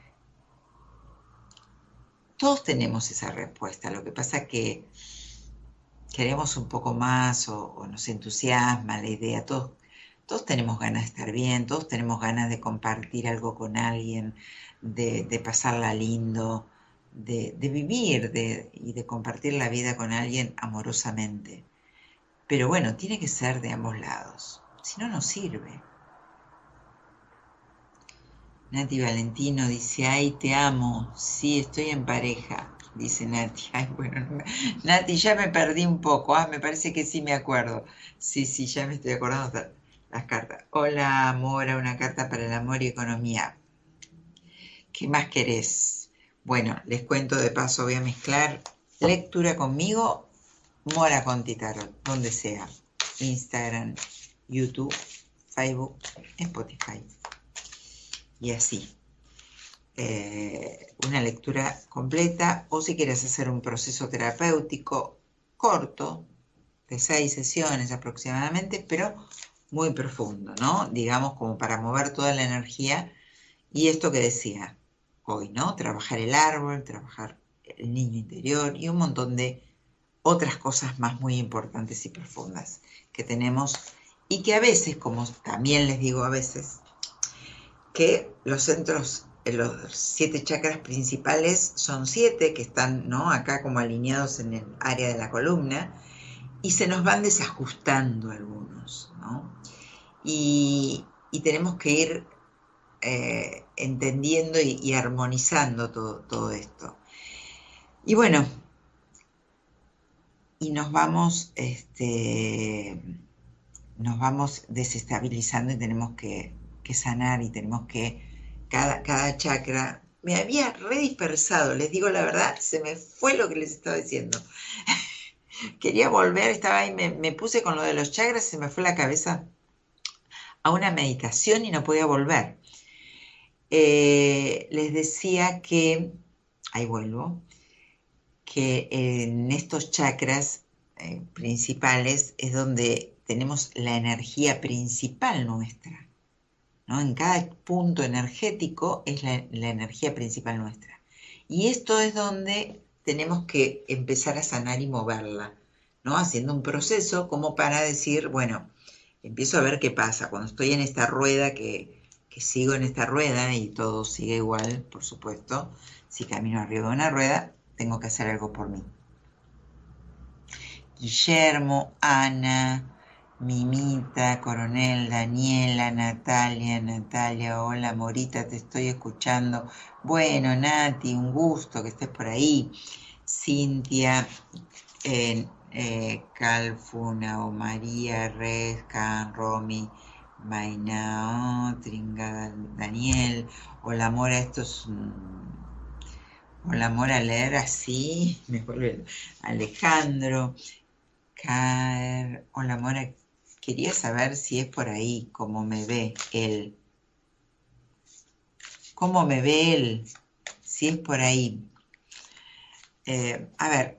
[SPEAKER 4] Todos tenemos esa respuesta, lo que pasa es que queremos un poco más o nos entusiasma la idea. Todos tenemos ganas de estar bien, todos tenemos ganas de compartir algo con alguien, de pasarla lindo, de vivir y de compartir la vida con alguien amorosamente. Pero bueno, tiene que ser de ambos lados, si no, no sirve. Nati Valentino dice, ay, te amo, sí, estoy en pareja, dice Nati. Ay, bueno, Nati, ya me perdí un poco, me parece que sí me acuerdo. Sí, ya me estoy acordando de las cartas. Hola, Mora, una carta para el amor y economía. ¿Qué más querés? Bueno, les cuento de paso, voy a mezclar lectura conmigo, Mora Conti Tarot, donde sea, Instagram, YouTube, Facebook, Spotify. Y así, una lectura completa, o si quieres hacer un proceso terapéutico corto, de 6 sesiones aproximadamente, pero muy profundo, ¿no? Digamos, como para mover toda la energía. Y esto que decía hoy, ¿no? Trabajar el árbol, trabajar el niño interior y un montón de otras cosas más muy importantes y profundas que tenemos y que a veces, como también les digo a veces, que los centros, los 7 chakras principales son 7 que están, ¿no? Acá como alineados en el área de la columna y se nos van desajustando algunos, ¿no? Y tenemos que ir entendiendo y armonizando todo esto. Y bueno, y nos vamos desestabilizando y tenemos que sanar y tenemos que, cada chakra, me había redispersado, les digo la verdad, se me fue lo que les estaba diciendo. Quería volver, estaba ahí, me puse con lo de los chakras, se me fue la cabeza a una meditación y no podía volver. Les decía que, ahí vuelvo, que en estos chakras principales es donde tenemos la energía principal nuestra, ¿no? En cada punto energético es la energía principal nuestra. Y esto es donde tenemos que empezar a sanar y moverla, ¿no? Haciendo un proceso como para decir, bueno, empiezo a ver qué pasa. Cuando estoy en esta rueda, que sigo en esta rueda y todo sigue igual, por supuesto, si camino arriba de una rueda, tengo que hacer algo por mí. Guillermo, Ana, Mimita, Coronel, Daniela, Natalia, hola Morita, te estoy escuchando. Bueno, Nati, un gusto que estés por ahí. Cintia, Calfuna o María, Rescan, Romy, Mainao, Tringa Daniel. Hola Mora, esto es Hola Mora, leer así, me vuelve Alejandro. Hola Mora, quería saber si es por ahí, cómo me ve él. ¿Cómo me ve él? Si es por ahí. A ver,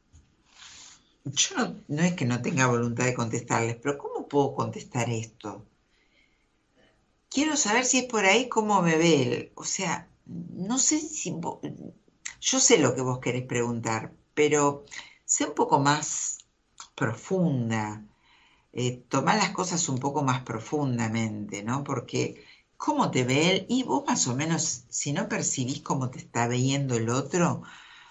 [SPEAKER 4] yo no es que no tenga voluntad de contestarles, pero ¿cómo puedo contestar esto? Quiero saber si es por ahí cómo me ve él. O sea, no sé si yo sé lo que vos querés preguntar, pero sé un poco más profunda. Tomar las cosas un poco más profundamente, ¿no? Porque cómo te ve él y vos más o menos, si no percibís cómo te está viendo el otro,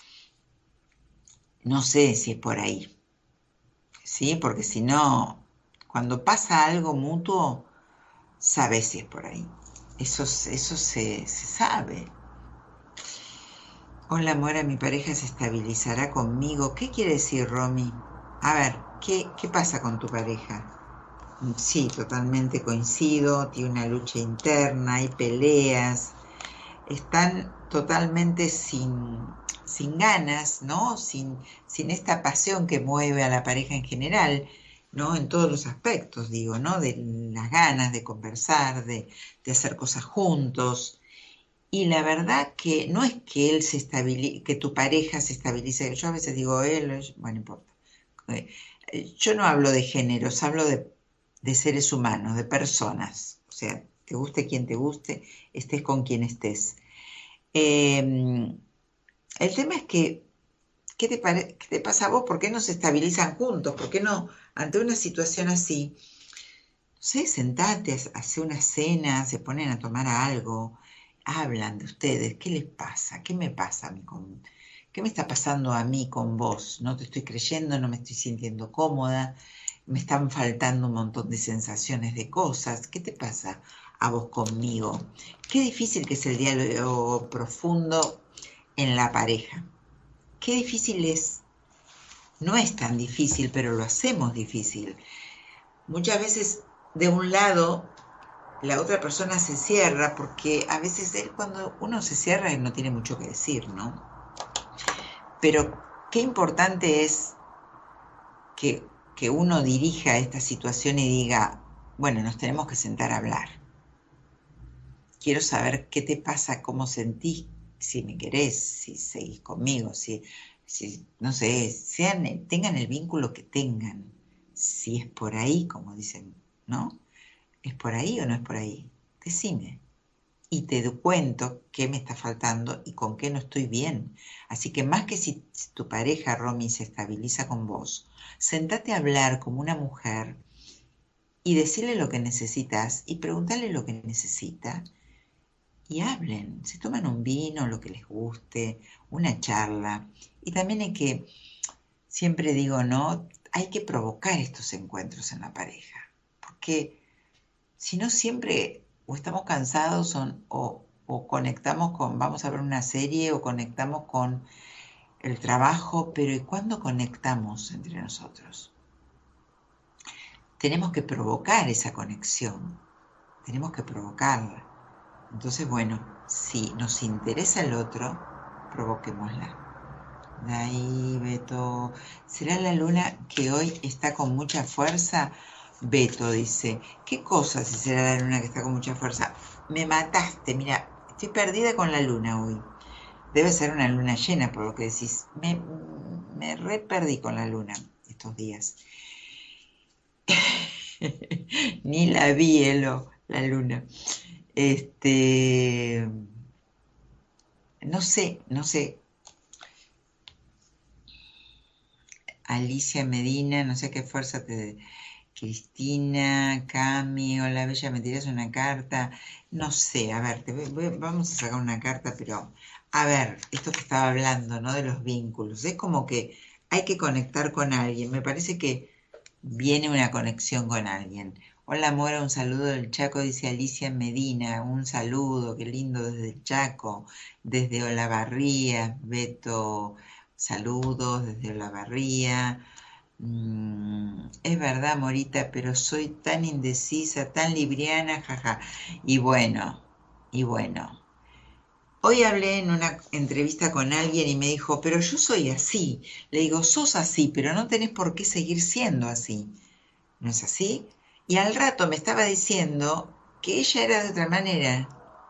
[SPEAKER 4] no sé si es por ahí, ¿sí? Porque si no, cuando pasa algo mutuo, sabes si es por ahí. Eso se sabe. Hola, Mora, mi pareja se estabilizará conmigo. ¿Qué quiere decir, Romy? A ver, ¿qué pasa con tu pareja? Sí, totalmente coincido, tiene una lucha interna, hay peleas, están totalmente sin ganas, ¿no? Sin esta pasión que mueve a la pareja en general, ¿no? En todos los aspectos, digo, ¿no? De las ganas de conversar, de hacer cosas juntos. Y la verdad que no es que él se estabilice, que tu pareja se estabilice. Yo a veces digo él, bueno, no importa. Yo no hablo de géneros, hablo de seres humanos, de personas. O sea, te guste quien te guste, estés con quien estés. El tema es que, ¿qué te pasa a vos? ¿Por qué no se estabilizan juntos? ¿Por qué no, ante una situación así, no sé, sentate, hace una cena, se ponen a tomar algo, hablan de ustedes, ¿qué les pasa? ¿Qué me pasa a mí ¿Qué me está pasando a mí con vos? No te estoy creyendo, no me estoy sintiendo cómoda, me están faltando un montón de sensaciones de cosas. ¿Qué te pasa a vos conmigo? Qué difícil que es el diálogo profundo en la pareja. Qué difícil es. No es tan difícil, pero lo hacemos difícil. Muchas veces de un lado la otra persona se cierra, porque a veces cuando uno se cierra él no tiene mucho que decir, ¿no? Pero qué importante es que uno dirija esta situación y diga, bueno, nos tenemos que sentar a hablar. Quiero saber qué te pasa, cómo sentís, si me querés, si seguís conmigo, si no sé, tengan el vínculo que tengan. Si es por ahí, como dicen, ¿no? ¿Es por ahí o no es por ahí? Decime. Y te cuento qué me está faltando y con qué no estoy bien. Así que más que si tu pareja, Romy, se estabiliza con vos, sentate a hablar como una mujer y decirle lo que necesitas y preguntarle lo que necesita y hablen. Se toman un vino, lo que les guste, una charla. Y también hay que, siempre digo, ¿no? Hay que provocar estos encuentros en la pareja. Porque si no siempre o estamos cansados o conectamos vamos a ver una serie o conectamos con el trabajo, pero ¿y cuándo conectamos entre nosotros? Tenemos que provocar esa conexión, tenemos que provocarla. Entonces, bueno, si nos interesa el otro, provoquémosla. De ahí, Beto, ¿será la luna que hoy está con mucha fuerza? Beto dice, ¿qué cosa si será la luna que está con mucha fuerza? Me mataste, mira, estoy perdida con la luna hoy. Debe ser una luna llena por lo que decís. Me re perdí con la luna estos días. Ni la vi, la luna. No sé. Alicia Medina, no sé qué fuerza te... Cristina, Cami, hola Bella, ¿me tiras una carta? No sé, a ver, vamos a sacar una carta, pero a ver, esto que estaba hablando, ¿no? De los vínculos, es como que hay que conectar con alguien, me parece que viene una conexión con alguien. Hola Mora, un saludo del Chaco, dice Alicia Medina, un saludo, qué lindo desde el Chaco, desde Olavarría, Beto, saludos desde Olavarría. Es verdad, Morita, pero soy tan indecisa, tan libriana, jaja. Y bueno. Hoy hablé en una entrevista con alguien y me dijo, pero yo soy así. Le digo, sos así, pero no tenés por qué seguir siendo así. ¿No es así? Y al rato me estaba diciendo que ella era de otra manera.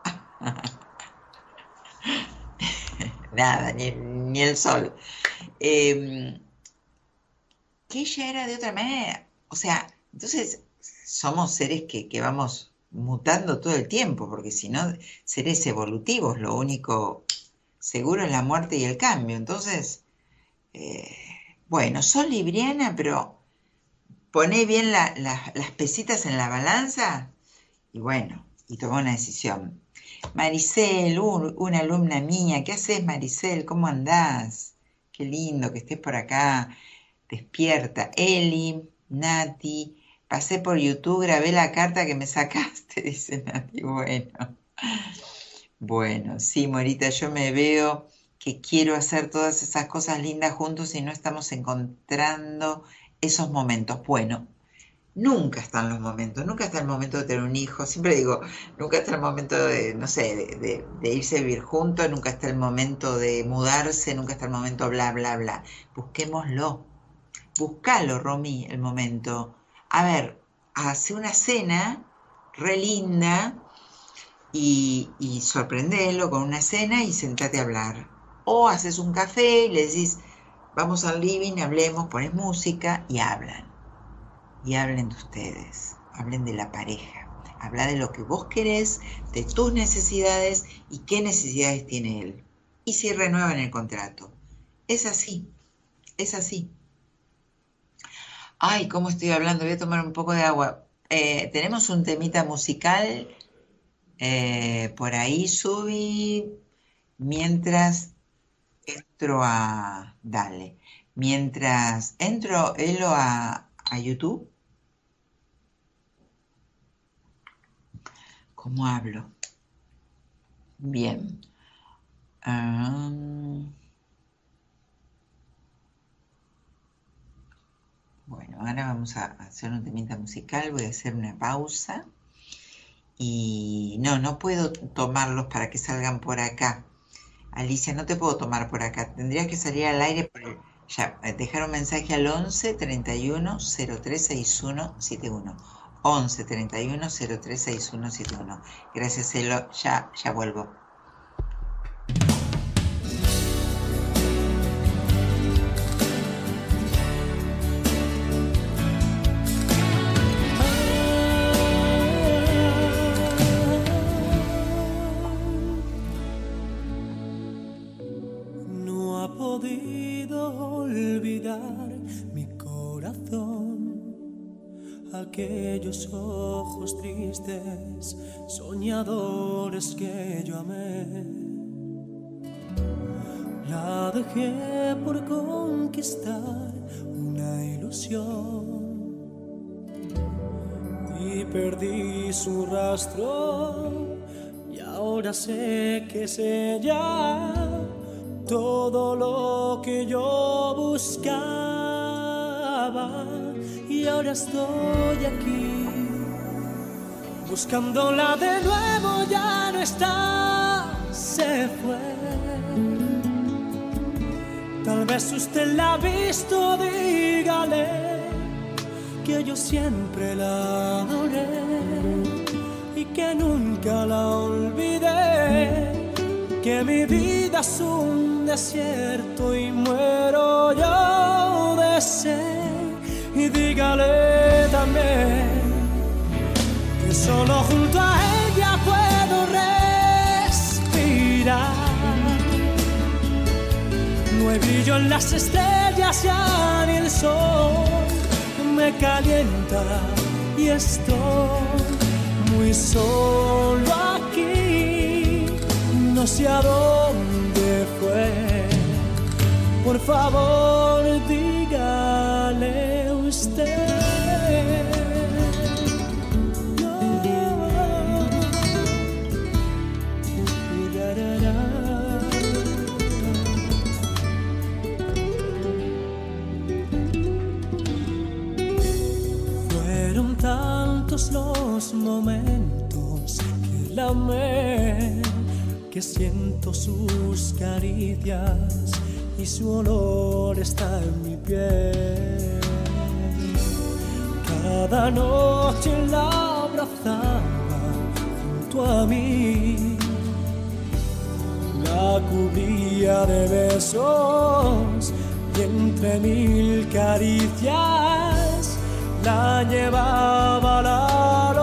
[SPEAKER 4] Nada, ni el sol. Que ella era de otra manera. O sea, entonces somos seres que vamos mutando todo el tiempo, porque si no, seres evolutivos, lo único seguro es la muerte y el cambio. Entonces, bueno, sos libriana, pero poné bien las pesitas en la balanza y bueno, y tomá una decisión. Maricel, una alumna mía, ¿qué haces, Maricel? ¿Cómo andás? Qué lindo que estés por acá, despierta. Eli, Nati, pasé por YouTube, grabé la carta que me sacaste, dice Nati. Bueno, sí, Morita, yo me veo que quiero hacer todas esas cosas lindas juntos y no estamos encontrando esos momentos. Bueno, nunca están los momentos, nunca está el momento de tener un hijo. Siempre digo, nunca está el momento de, no sé, de irse a vivir juntos, nunca está el momento de mudarse, nunca está el momento bla, bla, bla. Busquémoslo. Buscalo, Romy, el momento. A ver, hace una cena re linda y sorprendelo con una cena y sentate a hablar. O haces un café y le decís, vamos al living, hablemos, pones música y hablan. Y hablen de ustedes, hablen de la pareja. Habla de lo que vos querés, de tus necesidades y qué necesidades tiene él. Y si renuevan el contrato. Es así, es así. Ay, ¿cómo estoy hablando? Voy a tomar un poco de agua. Tenemos un temita musical por ahí, Subi, mientras entro a... Dale. Mientras entro, Elo, a YouTube. ¿Cómo hablo? Bien. Bueno, ahora vamos a hacer un temita musical, voy a hacer una pausa y no puedo tomarlos para que salgan por acá. Alicia, no te puedo tomar por acá, tendrías que salir al aire por el... Ya, dejar un mensaje al 11 31 03 61 71. 11 31 03 61 71. Gracias, Elo, ya vuelvo.
[SPEAKER 6] Aquellos ojos tristes, soñadores que yo amé. La dejé por conquistar una ilusión y perdí su rastro. Y ahora sé que es ella todo lo que yo buscaba. Y ahora estoy aquí, buscándola de nuevo, ya no está, se fue. Tal vez usted la ha visto, dígale que yo siempre la adoré y que nunca la olvidé, que mi vida es un desierto y muero yo de sed. Y dígale también que solo junto a ella puedo respirar. No hay brillo en las estrellas, ya ni el sol me calienta y estoy muy solo aquí. No sé a dónde fue, por favor dígale usted. todos los momentos que la amé, que siento sus caricias y su olor está en mi piel. Cada noche la abrazaba junto a mí, la cubría de besos y entre mil caricias la llevaba a la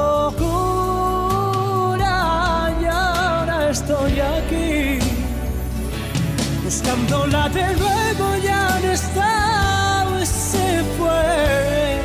[SPEAKER 6] locura. Y ahora estoy aquí buscándola de nuevo, ya no está, se fue.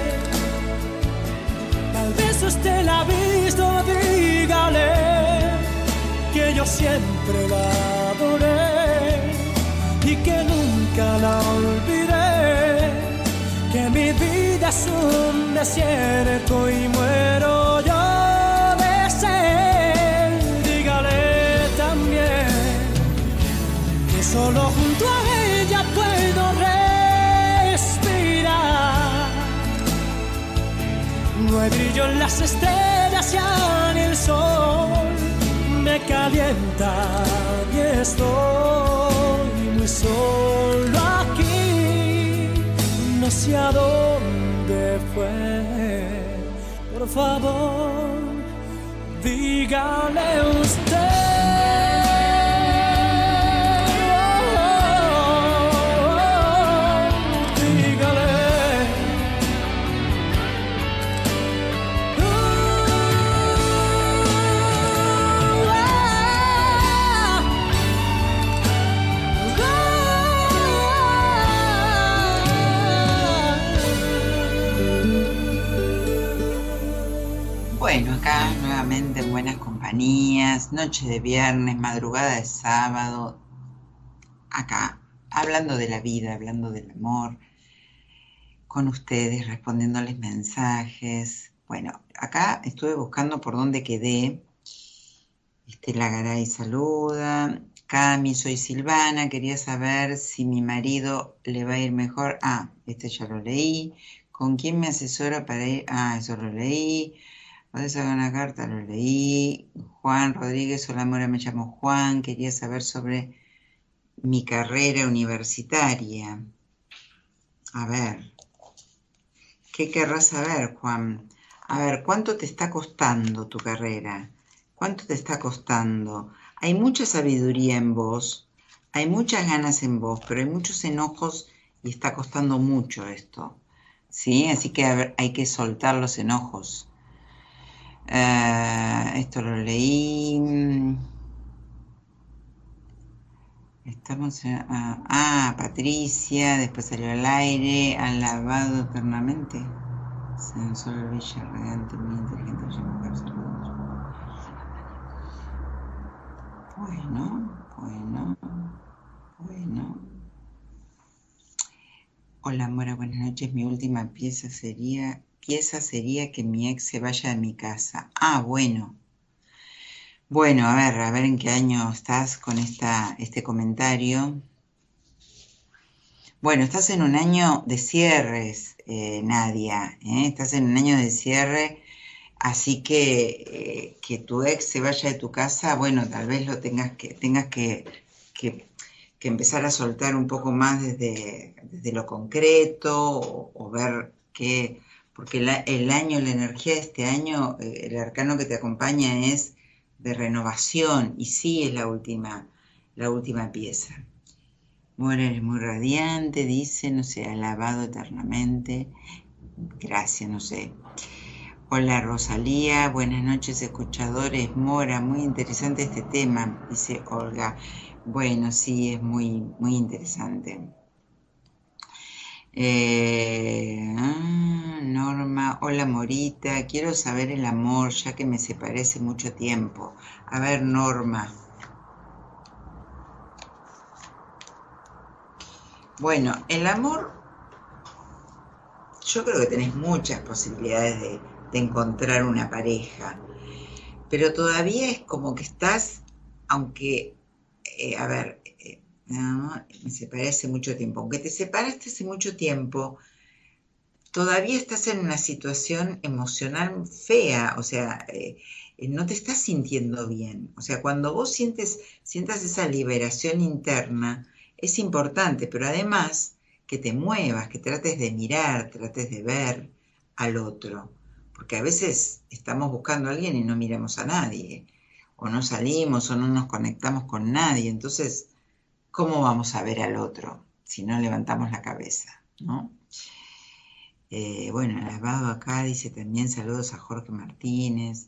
[SPEAKER 6] Tal vez usted la ha visto, dígale que yo siempre la adoré y que nunca la olvidé, que mi vida es un desierto y muero yo de sed. Dígale también que solo junto a ella puedo respirar. No hay brillo en las estrellas, ya ni el sol me calienta y estoy muy solo aquí, no sé a dónde fue. Por favor, dígale usted.
[SPEAKER 4] Bueno, acá nuevamente en Buenas Compañías, noche de viernes, madrugada de sábado, acá hablando de la vida, hablando del amor, con ustedes, respondiéndoles mensajes. Bueno, acá estuve buscando por dónde quedé. Estela Garay saluda. Cami, soy Silvana, quería saber si mi marido le va a ir mejor. Ah, este ya lo leí. ¿Con quién me asesora para ir? Ah, eso lo leí. ¿Podés sacar una carta? Lo leí. Juan Rodríguez, hola Mora, me llamo Juan, quería saber sobre mi carrera universitaria. A ver, ¿qué querrás saber, Juan? A ver, ¿cuánto te está costando tu carrera? ¿Cuánto te está costando? Hay mucha sabiduría en vos, hay muchas ganas en vos, pero hay muchos enojos y está costando mucho esto, ¿sí? Así que a ver, hay que soltar los enojos. Esto lo leí. Estamos Patricia, después salió al aire, alabado eternamente. Sensual, bella, radiante, muy inteligente, bella mujer, saludos. Bueno. Hola, Mora, buenas noches. Mi última pieza sería que mi ex se vaya de mi casa. Ah, bueno. Bueno, a ver en qué año estás con este comentario. Bueno, estás en un año de cierres, Nadia, estás en un año de cierre, así que tu ex se vaya de tu casa, bueno, tal vez lo tengas que empezar a soltar un poco más desde lo concreto o ver qué, porque el año, la energía de este año, el arcano que te acompaña es de renovación y sí es la última pieza. Mora, eres muy radiante, dice, no sé, alabado eternamente. Gracias, no sé. Hola Rosalía, buenas noches escuchadores. Mora, muy interesante este tema, dice Olga. Bueno, sí, es muy, muy interesante. Norma, hola Morita, quiero saber el amor, ya que me separé hace mucho tiempo. A ver, Norma. Bueno, el amor, yo creo que tenés muchas posibilidades de encontrar una pareja, pero todavía es como que estás, aunque, no, me separé hace mucho tiempo, aunque te separaste hace mucho tiempo, todavía estás en una situación emocional fea, o sea, no te estás sintiendo bien. O sea, cuando vos sientas esa liberación interna, es importante, pero además que te muevas, que trates de mirar, trates de ver al otro, porque a veces estamos buscando a alguien y no miramos a nadie, o no salimos o no nos conectamos con nadie. Entonces, ¿cómo vamos a ver al otro si no levantamos la cabeza, ¿no? Bueno, Alabado acá dice también saludos a Jorge Martínez,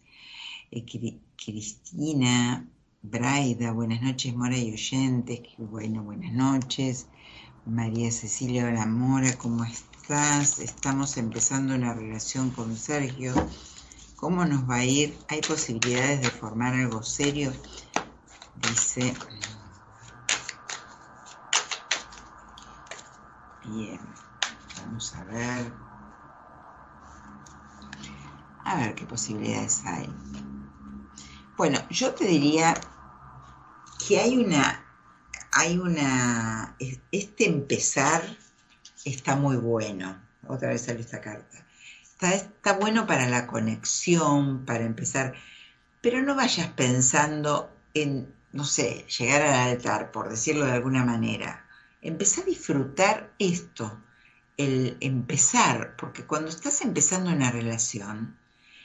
[SPEAKER 4] Cristina, Braida, buenas noches Mora y oyentes, bueno, buenas noches. María Cecilia, hola Mora, ¿cómo estás? Estamos empezando una relación con Sergio. ¿Cómo nos va a ir? ¿Hay posibilidades de formar algo serio? Dice. Bien, vamos a ver. A ver qué posibilidades hay. Bueno, yo te diría que este empezar está muy bueno. Otra vez salió esta carta. Está bueno para la conexión, para empezar, pero no vayas pensando en, no sé, llegar al altar, por decirlo de alguna manera. Empezá a disfrutar esto, el empezar, porque cuando estás empezando una relación,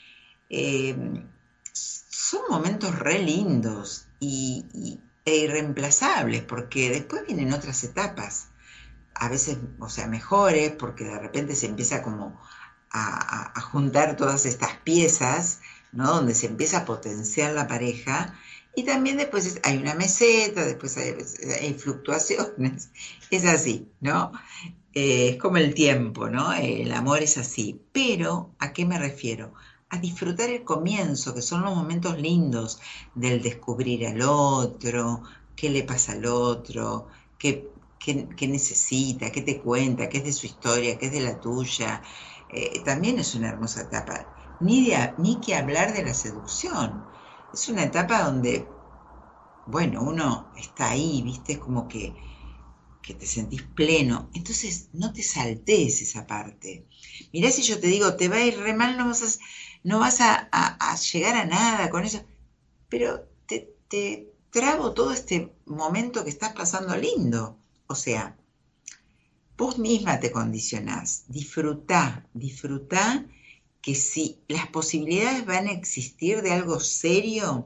[SPEAKER 4] son momentos re lindos e irreemplazables, porque después vienen otras etapas, a veces, o sea, mejores, porque de repente se empieza como a juntar todas estas piezas, ¿no? Donde se empieza a potenciar la pareja, y también después hay una meseta, después hay fluctuaciones, es así, ¿no? Es como el tiempo, ¿no? El amor es así, pero ¿a qué me refiero? A disfrutar el comienzo, que son los momentos lindos del descubrir al otro, qué le pasa al otro, qué necesita, qué te cuenta, qué es de su historia, qué es de la tuya. También es una hermosa etapa. Ni que hablar de la seducción. Es una etapa donde, bueno, uno está ahí, ¿viste? Es como que te sentís pleno. Entonces, no te saltees esa parte. Mirá, si yo te digo, te va a ir re mal, no vas a llegar a nada con eso. Pero te trabo todo este momento que estás pasando lindo. O sea, vos misma te condicionás. Disfrutá que si las posibilidades van a existir de algo serio,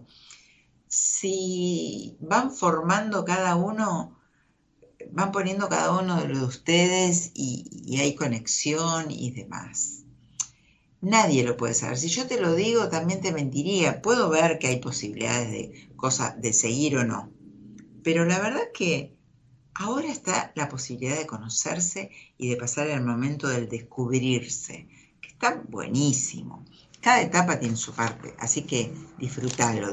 [SPEAKER 4] si van formando cada uno, van poniendo cada uno de los de ustedes y hay conexión y demás. Nadie lo puede saber. Si yo te lo digo, también te mentiría. Puedo ver que hay posibilidades de cosas, de seguir o no. Pero la verdad que ahora está la posibilidad de conocerse y de pasar el momento del descubrirse, que está buenísimo. Cada etapa tiene su parte, así que disfrútalo.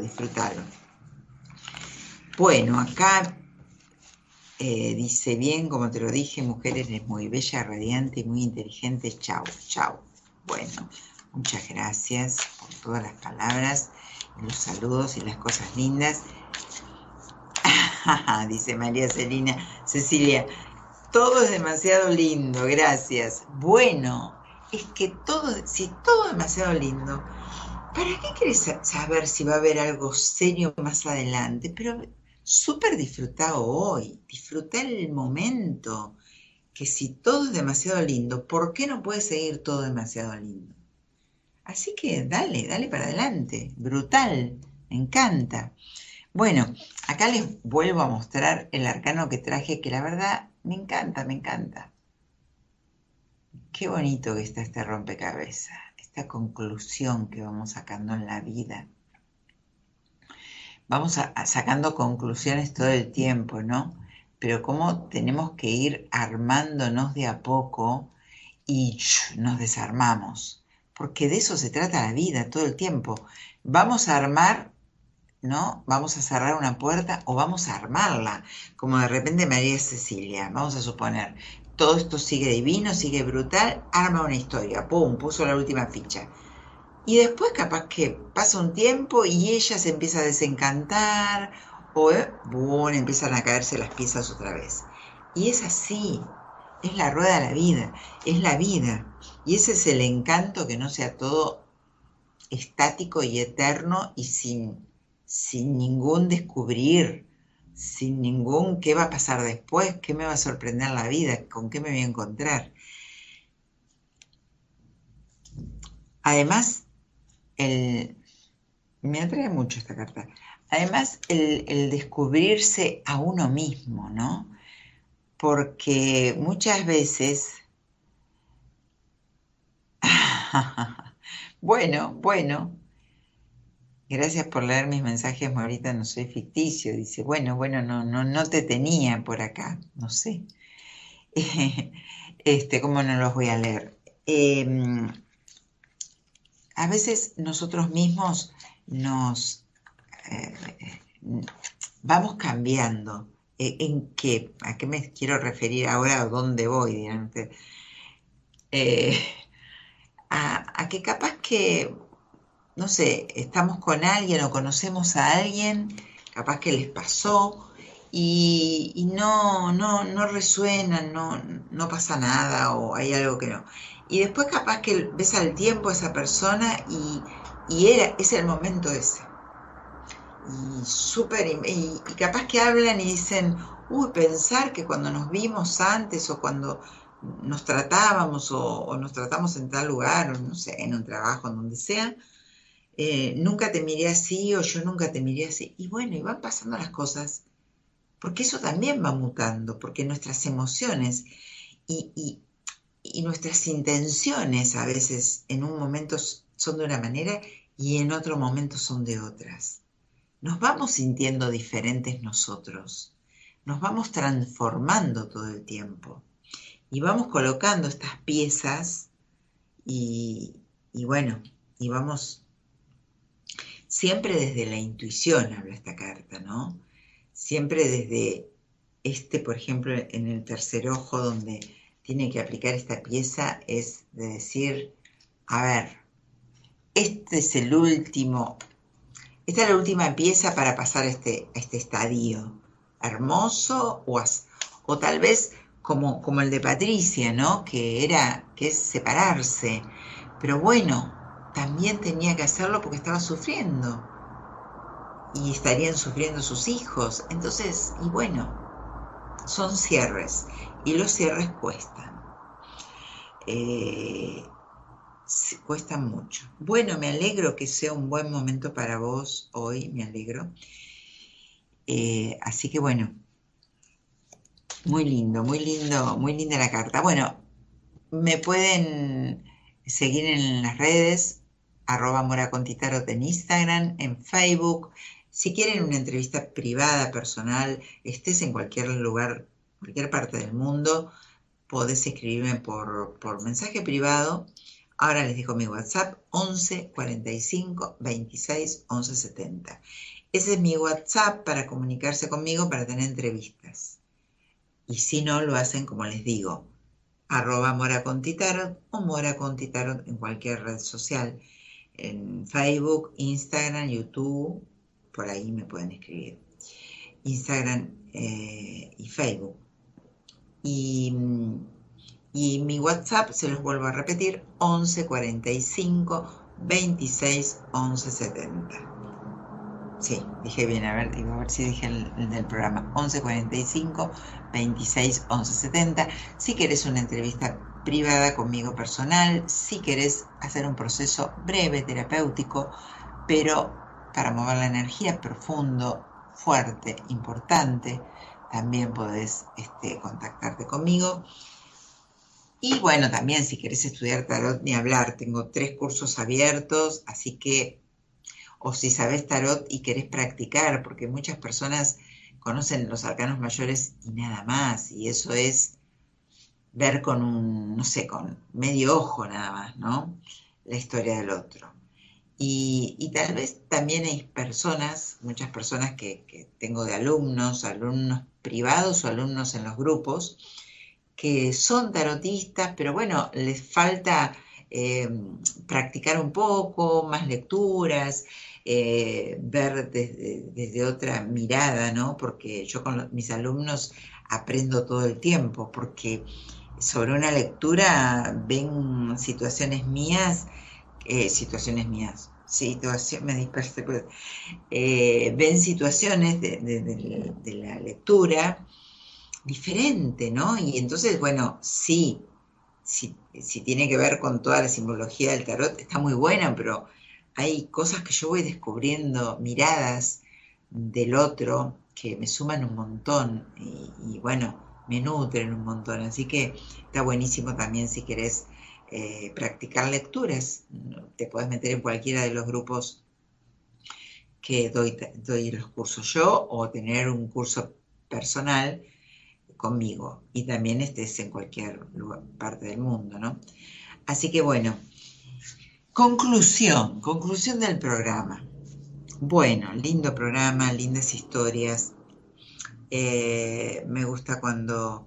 [SPEAKER 4] Bueno, acá dice bien, como te lo dije, mujer, eres muy bella, radiante y muy inteligente. Chau. Bueno, muchas gracias por todas las palabras, los saludos y las cosas lindas. Dice María Cecilia, todo es demasiado lindo, gracias. Bueno, es que si todo es demasiado lindo, ¿para qué querés saber si va a haber algo serio más adelante? Pero súper disfrutado hoy, disfrutá el momento, que si todo es demasiado lindo, ¿por qué no puede seguir todo demasiado lindo? Así que dale para adelante, brutal, me encanta. Bueno, acá les vuelvo a mostrar el arcano que traje, que la verdad me encanta. Qué bonito que está este rompecabezas, esta conclusión que vamos sacando en la vida. Vamos sacando conclusiones todo el tiempo, ¿no? Pero cómo tenemos que ir armándonos de a poco y nos desarmamos. Porque de eso se trata la vida todo el tiempo. Vamos a armar, ¿no? Vamos a cerrar una puerta o vamos a armarla. Como de repente María Cecilia, vamos a suponer, todo esto sigue divino, sigue brutal, arma una historia, ¡pum!, puso la última ficha. Y después capaz que pasa un tiempo y ella se empieza a desencantar o empiezan a caerse las piezas otra vez. Y es así, es la rueda de la vida, es la vida. Y ese es el encanto, que no sea todo estático y eterno y sin ningún descubrir, sin ningún qué va a pasar después, qué me va a sorprender la vida, con qué me voy a encontrar. Además, me atrae mucho esta carta. Además, el descubrirse a uno mismo, ¿no? Porque muchas veces... Bueno, gracias por leer mis mensajes, Morita, no soy ficticio. Dice, bueno, no te tenía por acá, no sé. ¿Cómo no los voy a leer? A veces nosotros mismos nos vamos cambiando. ¿En qué? ¿A qué me quiero referir ahora o dónde voy? Dirán ustedes. A que capaz que, no sé, estamos con alguien o conocemos a alguien, capaz que les pasó y no resuenan, no pasa nada o hay algo que no. Y después capaz que ves al tiempo a esa persona y es el momento ese. Y capaz que hablan y dicen, pensar que cuando nos vimos antes o cuando nos tratábamos o nos tratamos en tal lugar, o no sé, en un trabajo, en donde sea, nunca te miré así o yo nunca te miré así. Y bueno, y van pasando las cosas, porque eso también va mutando, porque nuestras emociones y nuestras intenciones a veces en un momento son de una manera y en otro momento son de otras. Nos vamos sintiendo diferentes nosotros, nos vamos transformando todo el tiempo. Y vamos colocando estas piezas y vamos siempre desde la intuición, habla esta carta, ¿no? Siempre desde por ejemplo, en el tercer ojo, donde tiene que aplicar esta pieza, es de decir, a ver, esta es la última pieza para pasar este estadio hermoso o tal vez como el de Patricia, ¿no? Que es separarse. Pero bueno, también tenía que hacerlo porque estaba sufriendo. Y estarían sufriendo sus hijos. Entonces, y bueno, son cierres. Y los cierres cuestan. Cuestan mucho. Bueno, me alegro que sea un buen momento para vos hoy, me alegro. Así que bueno, muy linda la carta. Bueno, me pueden seguir en las redes, @moracontitarot en Instagram, en Facebook. Si quieren una entrevista privada, personal, estés en cualquier lugar, cualquier parte del mundo, podés escribirme por mensaje privado. Ahora les dejo mi WhatsApp, 11 45 26 11 70. Ese es mi WhatsApp para comunicarse conmigo, para tener entrevistas. Y si no, lo hacen como les digo, @moracontitarot o moracontitarot en cualquier red social, en Facebook, Instagram, YouTube, por ahí me pueden escribir. Instagram y Facebook. Y mi WhatsApp, se los vuelvo a repetir, 11 45 26 11 70. Sí, dije bien, a ver si dije el del programa. 11 45 26 11 70. Si querés una entrevista privada conmigo personal, si querés hacer un proceso breve, terapéutico, pero para mover la energía, profundo, fuerte, importante, también podés contactarte conmigo. Y bueno, también si querés estudiar tarot, ni hablar, tengo 3 cursos abiertos, así que, o si sabés tarot y querés practicar, porque muchas personas conocen los arcanos mayores y nada más, y eso es ver con con medio ojo nada más, ¿no? La historia del otro. Y tal vez también hay muchas personas que tengo de alumnos privados o alumnos en los grupos, que son tarotistas, pero bueno, les falta practicar un poco, más lecturas, ver desde otra mirada, ¿no? Porque yo con mis alumnos aprendo todo el tiempo, porque sobre una lectura ven situaciones mías, me dispersé, pues, ven situaciones de la lectura diferente, ¿no? Y entonces, bueno, sí, tiene que ver con toda la simbología del tarot, está muy buena, pero hay cosas que yo voy descubriendo, miradas del otro que me suman un montón y bueno, me nutren un montón. Así que está buenísimo también si querés practicar lecturas. Te podés meter en cualquiera de los grupos que doy los cursos yo, o tener un curso personal conmigo, y también estés en cualquier parte del mundo, ¿no? Así que bueno, conclusión del programa. Bueno, lindo programa, lindas historias. Me gusta cuando,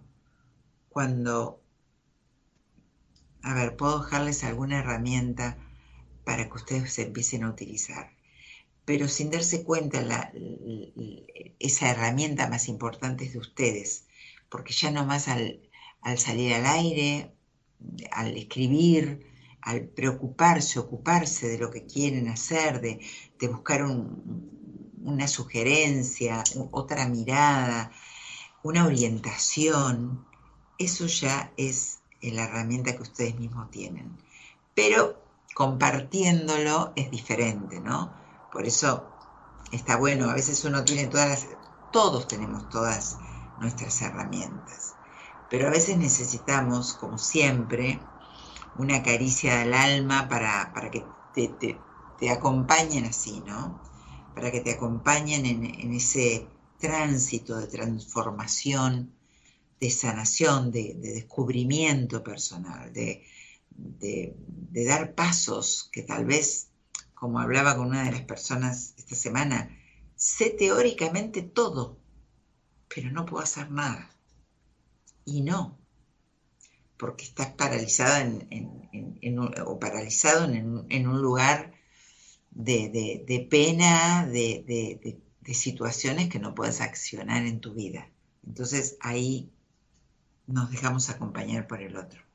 [SPEAKER 4] a ver, puedo dejarles alguna herramienta para que ustedes se empiecen a utilizar, pero sin darse cuenta esa herramienta más importante es de ustedes, porque ya nomás al salir al aire, al escribir, al preocuparse, ocuparse de lo que quieren hacer, de buscar una sugerencia, otra mirada, una orientación, eso ya es la herramienta que ustedes mismos tienen. Pero compartiéndolo es diferente, ¿no? Por eso está bueno, a veces uno tiene todos tenemos todas nuestras herramientas, pero a veces necesitamos, como siempre, una caricia del alma para que te acompañen así, ¿no? Para que te acompañen en ese tránsito de transformación, de sanación, de descubrimiento personal, de dar pasos que tal vez, como hablaba con una de las personas esta semana, sé teóricamente todo, pero no puedo hacer nada. Y no, porque estás paralizada o paralizado en un lugar de pena, de situaciones que no puedes accionar en tu vida. Entonces ahí nos dejamos acompañar por el otro.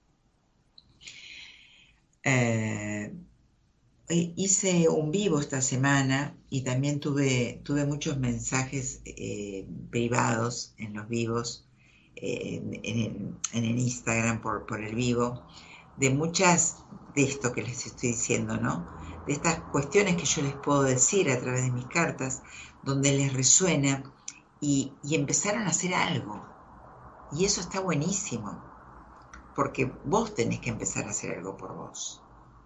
[SPEAKER 4] Hice un vivo esta semana y también tuve muchos mensajes privados en los vivos, en el Instagram por el vivo, de muchas de esto que les estoy diciendo, ¿no? De estas cuestiones que yo les puedo decir a través de mis cartas, donde les resuena y empezaron a hacer algo. Y eso está buenísimo, porque vos tenés que empezar a hacer algo por vos.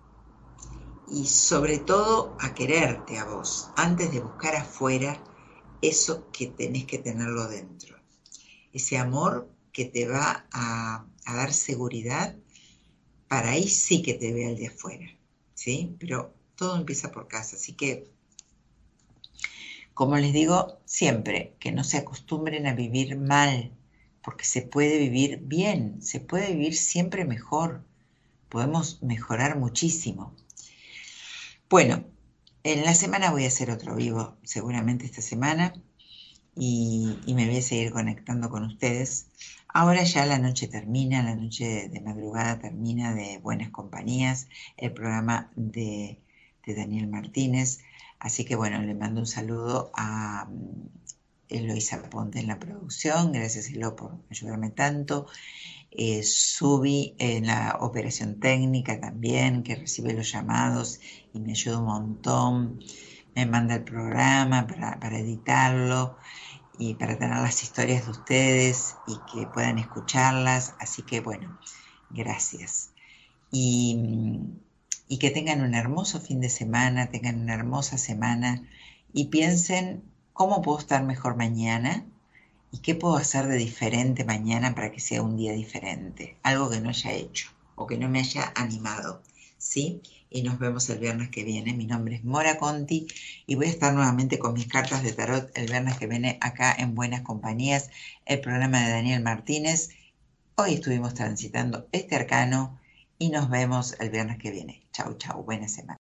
[SPEAKER 4] Y sobre todo a quererte a vos, antes de buscar afuera eso que tenés que tenerlo dentro. Ese amor que te va a dar seguridad, para ahí sí que te vea el de afuera, ¿sí? Pero todo empieza por casa, así que, como les digo siempre, que no se acostumbren a vivir mal, porque se puede vivir bien, se puede vivir siempre mejor, podemos mejorar muchísimo. Bueno, en la semana voy a hacer otro vivo, seguramente esta semana, y me voy a seguir conectando con ustedes. Ahora ya la noche termina, la noche de madrugada termina de Buenas Compañías, el programa de Daniel Martínez. Así que bueno, le mando un saludo a Eloisa Ponte en la producción. Gracias, Elo, por ayudarme tanto. Subi en la operación técnica también, que recibe los llamados y me ayuda un montón. Me manda el programa para editarlo y para tener las historias de ustedes y que puedan escucharlas. Así que bueno, gracias. Y que tengan un hermoso fin de semana, tengan una hermosa semana y piensen cómo puedo estar mejor mañana y qué puedo hacer de diferente mañana para que sea un día diferente, algo que no haya hecho o que no me haya animado, ¿sí? Y nos vemos el viernes que viene. Mi nombre es Mora Conti y voy a estar nuevamente con mis cartas de tarot el viernes que viene acá en Buenas Compañías, el programa de Daniel Martínez. Hoy estuvimos transitando este arcano y nos vemos el viernes que viene. Chau, chau, buena semana.